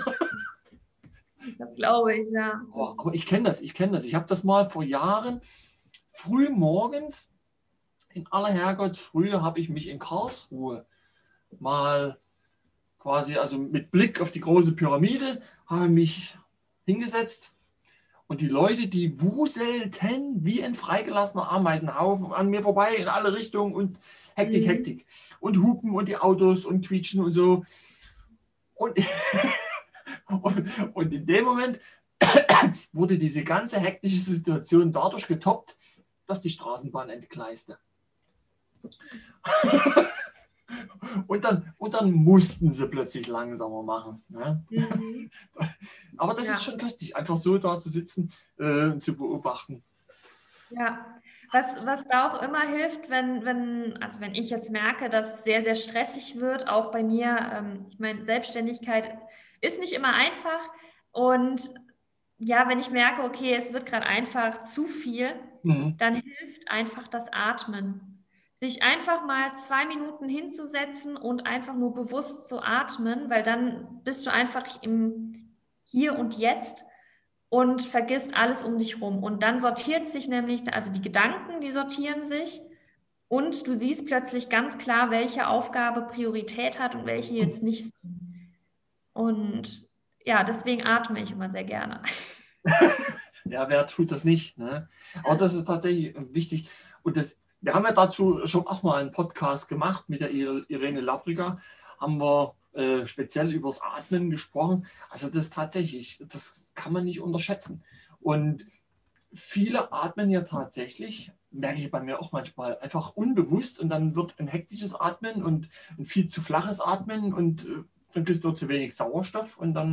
das glaube ich, ja. Aber ich kenne das, ich kenne das. Ich habe das mal vor Jahren früh morgens in aller Herrgottsfrühe habe ich mich in Karlsruhe mal quasi, also mit Blick auf die große Pyramide, habe mich hingesetzt und die Leute, die wuselten wie ein freigelassener Ameisenhaufen an mir vorbei in alle Richtungen und Hektik, Mhm. Hektik. Und Hupen und die Autos und quietschen und so. Und, und in dem Moment wurde diese ganze hektische Situation dadurch getoppt, dass die Straßenbahn entgleiste. Und dann mussten sie plötzlich langsamer machen. Ne? Mhm. Aber das ist Ja. schon köstlich, einfach so da zu sitzen und zu beobachten. Ja, was da auch immer hilft, also wenn ich jetzt merke, dass es sehr, sehr stressig wird, auch bei mir, ich meine, Selbstständigkeit ist nicht immer einfach. Und ja, wenn ich merke, okay, es wird gerade einfach zu viel, Mhm. dann hilft einfach das Atmen. Sich einfach mal 2 Minuten hinzusetzen und einfach nur bewusst zu atmen, weil dann bist du einfach im Hier und Jetzt und vergisst alles um dich rum. Und dann sortiert sich nämlich, also die Gedanken, die sortieren sich und du siehst plötzlich ganz klar, welche Aufgabe Priorität hat und welche jetzt nicht. Und ja, deswegen atme ich immer sehr gerne. Ja, wer tut das nicht? Ne? Aber das ist tatsächlich wichtig. Und wir haben ja dazu schon auch mal einen Podcast gemacht mit der Irene Labriga. Haben wir speziell übers Atmen gesprochen. Also das ist tatsächlich, das kann man nicht unterschätzen. Und viele atmen ja tatsächlich, merke ich bei mir auch manchmal, einfach unbewusst und dann wird ein hektisches Atmen und ein viel zu flaches Atmen und dann kriegst du zu wenig Sauerstoff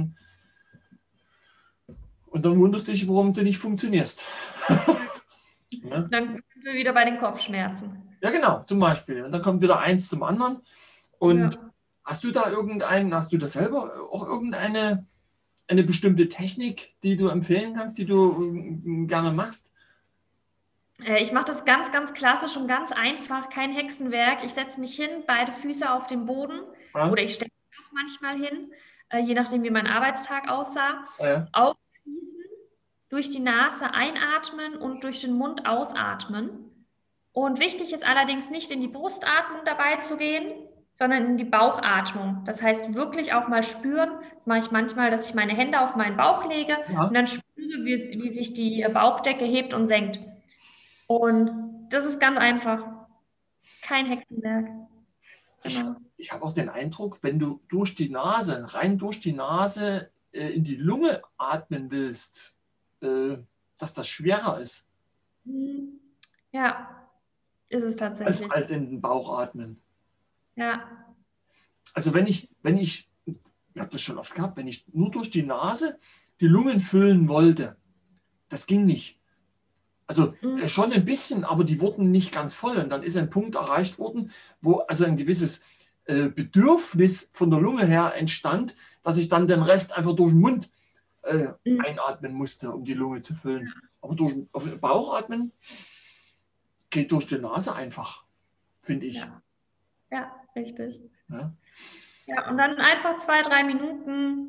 und dann wunderst du dich, warum du nicht funktionierst. Ne? Dann sind wir wieder bei den Kopfschmerzen. Ja, genau, zum Beispiel. Und dann kommt wieder eins zum anderen. Und Ja. hast du da selber auch eine bestimmte Technik, die du empfehlen kannst, die du gerne machst? Ich mache das ganz, ganz klassisch und ganz einfach, kein Hexenwerk. Ich setze mich hin, beide Füße auf den Boden Ja? oder ich stelle mich auch manchmal hin, je nachdem, wie mein Arbeitstag aussah. Ja. Aufschließen, durch die Nase einatmen und durch den Mund ausatmen. Und wichtig ist allerdings nicht in die Brustatmung dabei zu gehen, sondern in die Bauchatmung. Das heißt, wirklich auch mal spüren. Das mache ich manchmal, dass ich meine Hände auf meinen Bauch lege und Ja. dann spüre, wie sich die Bauchdecke hebt und senkt. Und das ist ganz einfach. Kein Hexenwerk. Ich, Genau. ich habe auch den Eindruck, wenn du durch die Nase, rein durch die Nase in die Lunge atmen willst, dass das schwerer ist Hm. Ja, ist es tatsächlich. als in den Bauch atmen. Ja. Also ich habe das schon oft gehabt, wenn ich nur durch die Nase die Lungen füllen wollte, das ging nicht. Also Hm. schon ein bisschen, aber die wurden nicht ganz voll. Und dann ist ein Punkt erreicht worden, wo also ein gewisses Bedürfnis von der Lunge her entstand, dass ich dann den Rest einfach durch den Mund Hm. einatmen musste, um die Lunge zu füllen. Aber auf den Bauch atmen geht durch die Nase einfach, finde ich. Ja. Ja, richtig. Ja. Ja, und dann einfach 2, 3 Minuten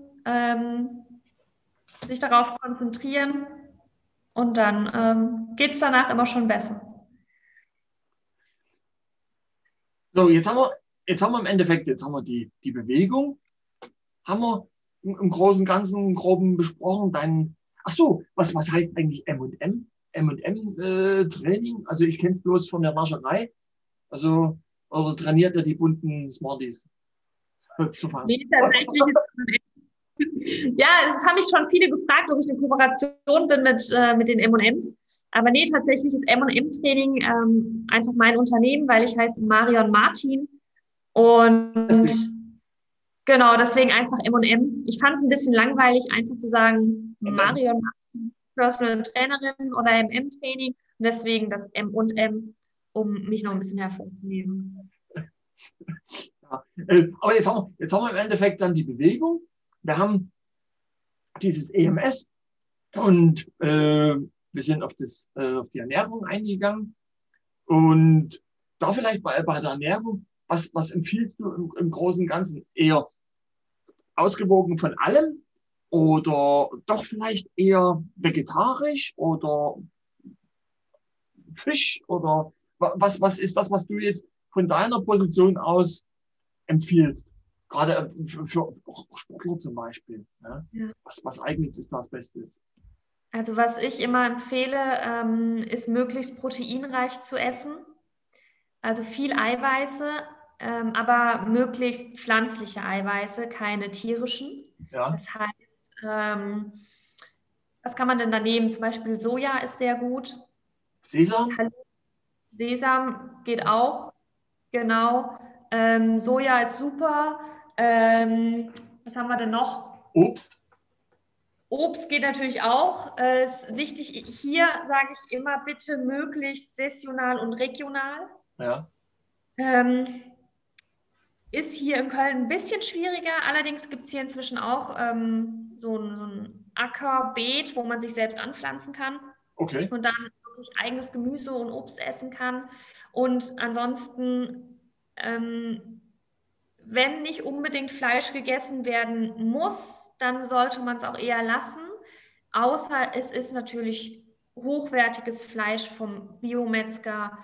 sich darauf konzentrieren und dann geht es danach immer schon besser. So, jetzt haben wir im Endeffekt, jetzt haben wir die Bewegung, haben wir im Großen und Ganzen groben besprochen. Ach so, was heißt eigentlich M&M? M&M-Training? Also ich kenne es bloß von der Nascherei. Also, oder trainiert er die bunten Smarties zu fangen? Nee, tatsächlich ist ja, es haben mich schon viele gefragt, ob ich eine Kooperation bin mit den M&Ms. Aber nee, tatsächlich ist M&M-Training einfach mein Unternehmen, weil ich heiße Marion Martin. Und genau, deswegen einfach M&M. Ich fand es ein bisschen langweilig, einfach zu sagen, Marion Martin, Personal Trainerin oder MM-Training. Und deswegen das M&M, um mich noch ein bisschen hervorzuheben. Ja. Aber jetzt haben wir im Endeffekt dann die Bewegung. Wir haben dieses EMS und wir sind auf die Ernährung eingegangen. Und da vielleicht bei der Ernährung, was empfiehlst du im Großen und Ganzen? Eher ausgewogen von allem oder doch vielleicht eher vegetarisch oder Fisch oder was ist das, was du jetzt von deiner Position aus empfiehlst? Gerade für Sportler zum Beispiel. Ne? Ja. Was eignet sich da als Bestes? Also was ich immer empfehle, ist möglichst proteinreich zu essen. Also viel Eiweiße, aber möglichst pflanzliche Eiweiße, keine tierischen. Ja. Das heißt, was kann man denn da nehmen? Zum Beispiel Soja ist sehr gut. Sesam? Sesam geht auch, genau. Soja ist super. Was haben wir denn noch? Obst? Obst geht natürlich auch. Ist wichtig, hier sage ich immer bitte möglichst saisonal und regional. Ja. Ist hier in Köln ein bisschen schwieriger. Allerdings gibt es hier inzwischen auch so ein Ackerbeet, wo man sich selbst anpflanzen kann Okay. und dann wirklich eigenes Gemüse und Obst essen kann. Und ansonsten, wenn nicht unbedingt Fleisch gegessen werden muss, dann sollte man es auch eher lassen. Außer es ist natürlich hochwertiges Fleisch vom Biometzger.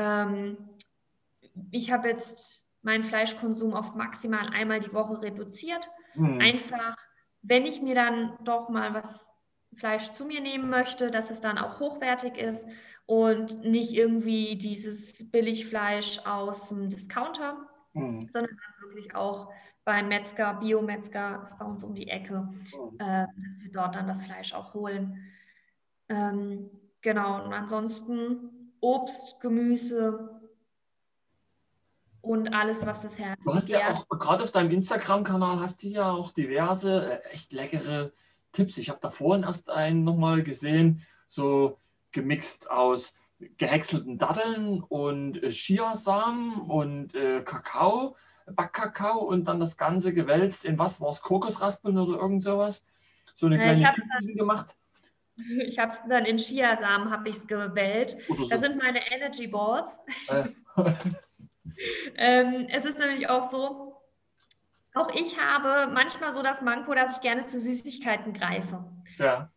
Ich habe jetzt meinen Fleischkonsum auf maximal einmal die Woche reduziert. Einfach, wenn ich mir dann doch mal was Fleisch zu mir nehmen möchte, dass es dann auch hochwertig ist und nicht irgendwie dieses Billigfleisch aus dem Discounter, sondern dann wirklich auch beim Metzger, Biometzger, ist bei uns um die Ecke, dass wir dort dann das Fleisch auch holen. Genau, und ansonsten Obst, Gemüse und alles, was das Herz Du hast ja begehrt. auch, gerade auf deinem Instagram-Kanal hast du ja auch diverse, echt leckere Tipps. Ich habe da vorhin erst einen nochmal gesehen, so gemixt aus gehäckselten Datteln und Chiasamen und Kakao, Backkakao und dann das Ganze gewälzt in was war es, Kokosraspeln oder irgend sowas. So eine Ich kleine habe Küchlein gemacht ich habe dann in Chiasamen habe ich es gewählt. oder Das so. sind meine Energy Balls. Äh, Es ist nämlich auch so, auch ich habe manchmal so das Manko, dass ich gerne zu Süßigkeiten greife. ja,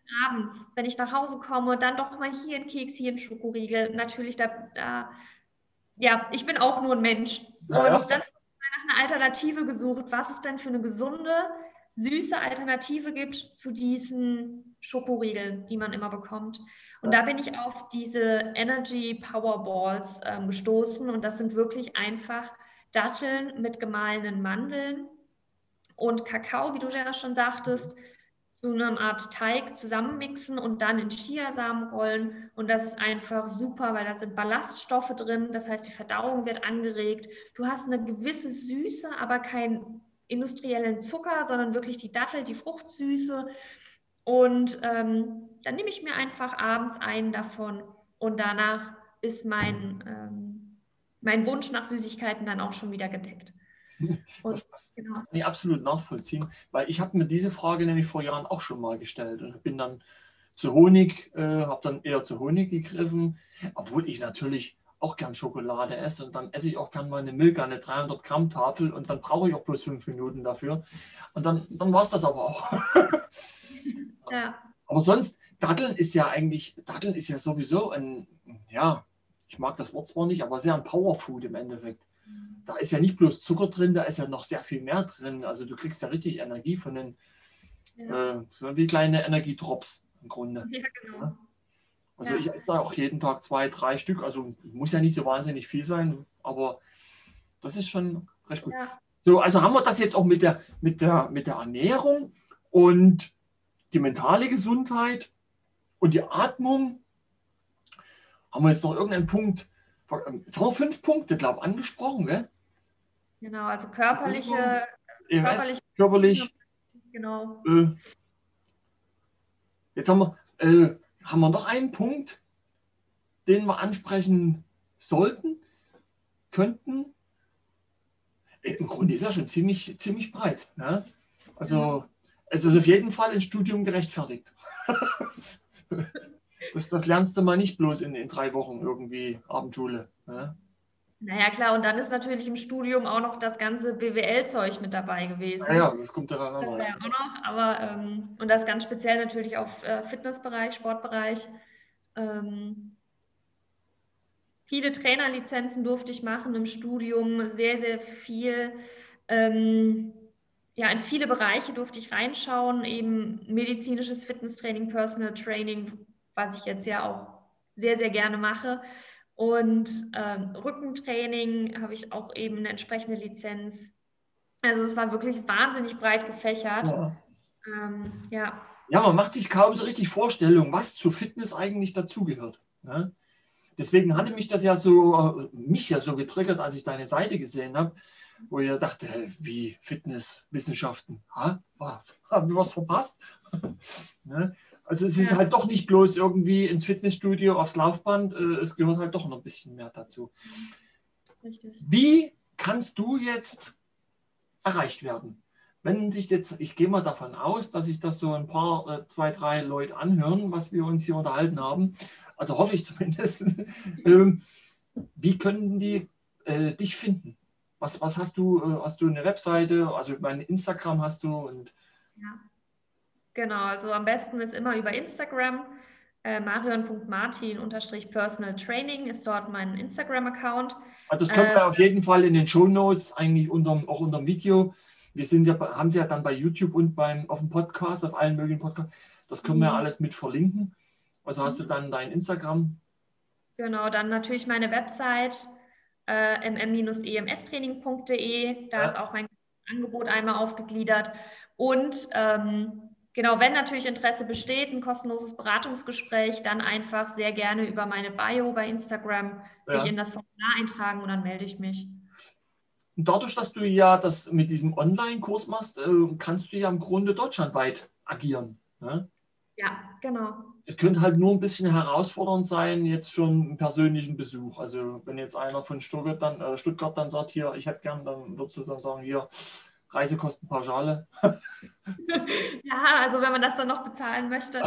abends, wenn ich nach Hause komme, dann doch mal hier ein Keks, hier ein Schokoriegel. Natürlich, ja, ich bin auch nur ein Mensch. Ja, Und ja. dann habe ich nach einer Alternative gesucht, was es denn für eine gesunde, süße Alternative gibt zu diesen Schokoriegeln, die man immer bekommt. Und da bin ich auf diese Energy Power Balls gestoßen. Und das sind wirklich einfach Datteln mit gemahlenen Mandeln und Kakao, wie du ja schon sagtest, zu einer Art Teig zusammenmixen und dann in Chiasamen rollen. Und das ist einfach super, weil da sind Ballaststoffe drin. Das heißt, die Verdauung wird angeregt. Du hast eine gewisse Süße, aber keinen industriellen Zucker, sondern wirklich die Dattel, die Fruchtsüße. Und dann nehme ich mir einfach abends einen davon und danach ist mein Wunsch nach Süßigkeiten dann auch schon wieder gedeckt. Und Das genau. kann ich absolut nachvollziehen, weil ich habe mir diese Frage nämlich vor Jahren auch schon mal gestellt und bin dann zu Honig, habe dann eher zu Honig gegriffen, obwohl ich natürlich auch gern Schokolade esse und dann esse ich auch gern mal eine Milka, eine 300 Gramm Tafel und dann brauche ich auch bloß 5 Minuten dafür und dann war es das aber auch. Ja. Aber sonst, Datteln ist ja sowieso ja, ich mag das Wort zwar nicht, aber sehr ein Powerfood im Endeffekt. Da ist ja nicht bloß Zucker drin, da ist ja noch sehr viel mehr drin. Also du kriegst ja richtig Energie von so wie kleine Energiedrops im Grunde. Ja, genau. Ja. Also Ja. ich esse da auch jeden Tag 2, 3 Stück. Also muss ja nicht so wahnsinnig viel sein, aber das ist schon recht gut. Ja. So, also haben wir das jetzt auch mit der Ernährung und die mentale Gesundheit und die Atmung. Haben wir jetzt noch irgendeinen Punkt? Jetzt haben wir 5 Punkte, glaube ich, angesprochen, gell? Genau, also körperliche, EMS, körperlich. genau. Jetzt haben wir noch einen Punkt, den wir ansprechen sollten, könnten. Im Grunde ist er schon ziemlich breit. Ne? Also es ist auf jeden Fall ein Studium gerechtfertigt. Das lernst du mal nicht bloß in 3 Wochen irgendwie Abendschule. Ne? Naja, klar, und dann ist natürlich im Studium auch noch das ganze BWL-Zeug mit dabei gewesen. Ja, das kommt daran Das an. war ja auch noch, aber und das ganz speziell natürlich auf Fitnessbereich, Sportbereich. Viele Trainerlizenzen durfte ich machen im Studium, sehr, sehr viel. Ja, in viele Bereiche durfte ich reinschauen, eben medizinisches Fitnesstraining, Personal Training, was ich jetzt ja auch sehr, sehr gerne mache. Und Rückentraining habe ich auch eben eine entsprechende Lizenz. Also es war wirklich wahnsinnig breit gefächert. Ja. Ja. Ja, man macht sich kaum so richtig Vorstellung, was zur Fitness eigentlich dazugehört. Ne? Deswegen hatte mich ja so getriggert, als ich deine Seite gesehen habe, wo ich dachte, wie Fitnesswissenschaften, was? Haben wir was verpasst? Ne? Also es ist halt doch nicht bloß irgendwie ins Fitnessstudio, aufs Laufband, es gehört halt doch noch ein bisschen mehr dazu. Richtig. Wie kannst du jetzt erreicht werden? Wenn sich jetzt, ich gehe mal davon aus, dass sich das so ein paar, 2, 3 Leute anhören, was wir uns hier unterhalten haben, also hoffe ich zumindest, wie können die dich finden? Was hast du? Hast du eine Webseite? Also mein Instagram hast du und ja. Genau, also am besten ist immer über Instagram. marion.martin_personal training ist dort mein Instagram-Account. das können wir auf jeden Fall in den Shownotes, eigentlich auch unter dem Video. Wir haben sie ja dann bei YouTube und auf dem Podcast, auf allen möglichen Podcasts. Das können wir alles mit verlinken. Also hast du dann dein Instagram? Genau, dann natürlich meine Website mm-emstraining.de. Da ist auch mein Angebot einmal aufgegliedert. Und genau, wenn natürlich Interesse besteht, ein kostenloses Beratungsgespräch, dann einfach sehr gerne über meine Bio bei Instagram sich in das Formular eintragen und dann melde ich mich. Und dadurch, dass du ja das mit diesem Online-Kurs machst, kannst du ja im Grunde deutschlandweit agieren. Ne? Ja, genau. Es könnte halt nur ein bisschen herausfordernd sein jetzt für einen persönlichen Besuch. Also wenn jetzt einer von Stuttgart dann sagt, hier, ich hätte gern, dann würdest du dann sagen, hier, Reisekostenpauschale. Ja, also wenn man das dann noch bezahlen möchte.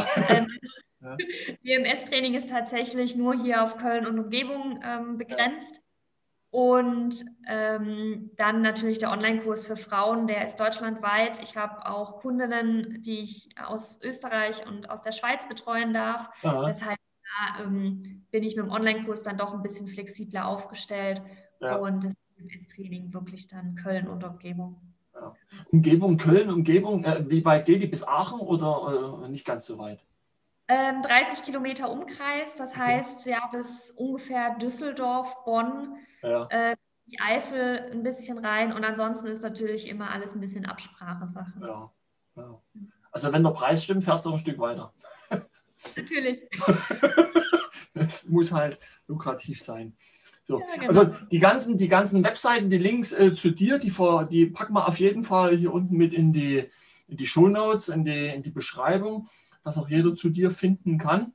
EMS-Training ist tatsächlich nur hier auf Köln und Umgebung begrenzt. Und dann natürlich der Online-Kurs für Frauen, der ist deutschlandweit. Ich habe auch Kundinnen, die ich aus Österreich und aus der Schweiz betreuen darf. Aha. Deshalb bin ich mit dem Online-Kurs dann doch ein bisschen flexibler aufgestellt. Ja. Und das Training wirklich dann Köln und Umgebung. Ja. Umgebung, Köln, Umgebung, wie weit geht die? Bis Aachen oder nicht ganz so weit? 30 Kilometer Umkreis, das heißt ja bis ungefähr Düsseldorf, Bonn, Ja. Die Eifel ein bisschen rein und ansonsten ist natürlich immer alles ein bisschen Absprachesache. Ja. Ja. Also wenn der Preis stimmt, fährst du ein Stück weiter. Natürlich. Es muss halt lukrativ sein. So. Ja, genau. Also die ganzen Webseiten, die Links zu dir, die packen wir auf jeden Fall hier unten mit in die Shownotes, in die Beschreibung, dass auch jeder zu dir finden kann.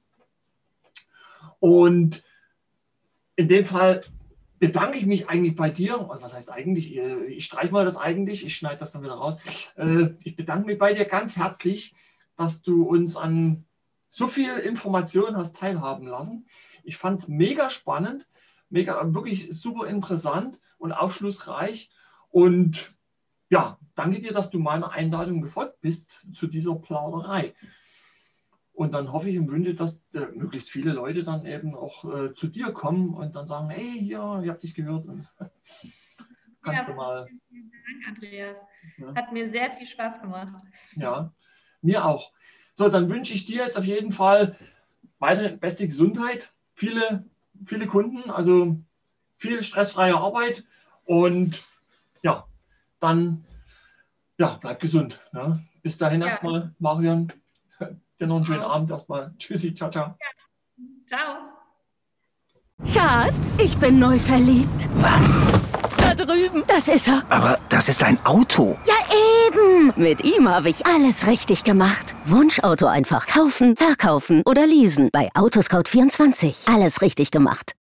Und in dem Fall bedanke ich mich eigentlich bei dir. Was heißt eigentlich? Ich streiche mal das eigentlich, ich schneide das dann wieder raus. Ich bedanke mich bei dir ganz herzlich, dass du uns an so viel Informationen hast teilhaben lassen. Ich fand es mega spannend, wirklich super interessant und aufschlussreich. Und ja, danke dir, dass du meiner Einladung gefolgt bist zu dieser Plauderei. Und dann hoffe ich und wünsche, dass möglichst viele Leute dann eben auch zu dir kommen und dann sagen, hey, hier, ich habe dich gehört. Und kannst du mal. Vielen Dank, Andreas. Ja. Hat mir sehr viel Spaß gemacht. Ja, mir auch. So, dann wünsche ich dir jetzt auf jeden Fall weiterhin beste Gesundheit, viele Kunden, also viel stressfreie Arbeit und ja, dann bleib gesund. Ne? Bis dahin erstmal, Marion. Dir noch einen schönen Abend erstmal. Tschüssi, ciao, ciao. Ciao. Schatz, ich bin neu verliebt. Was? Da drüben. Das ist er. Aber das ist ein Auto. Ja, eben. Mit ihm habe ich alles richtig gemacht. Wunschauto einfach kaufen, verkaufen oder leasen. Bei Autoscout24. Alles richtig gemacht.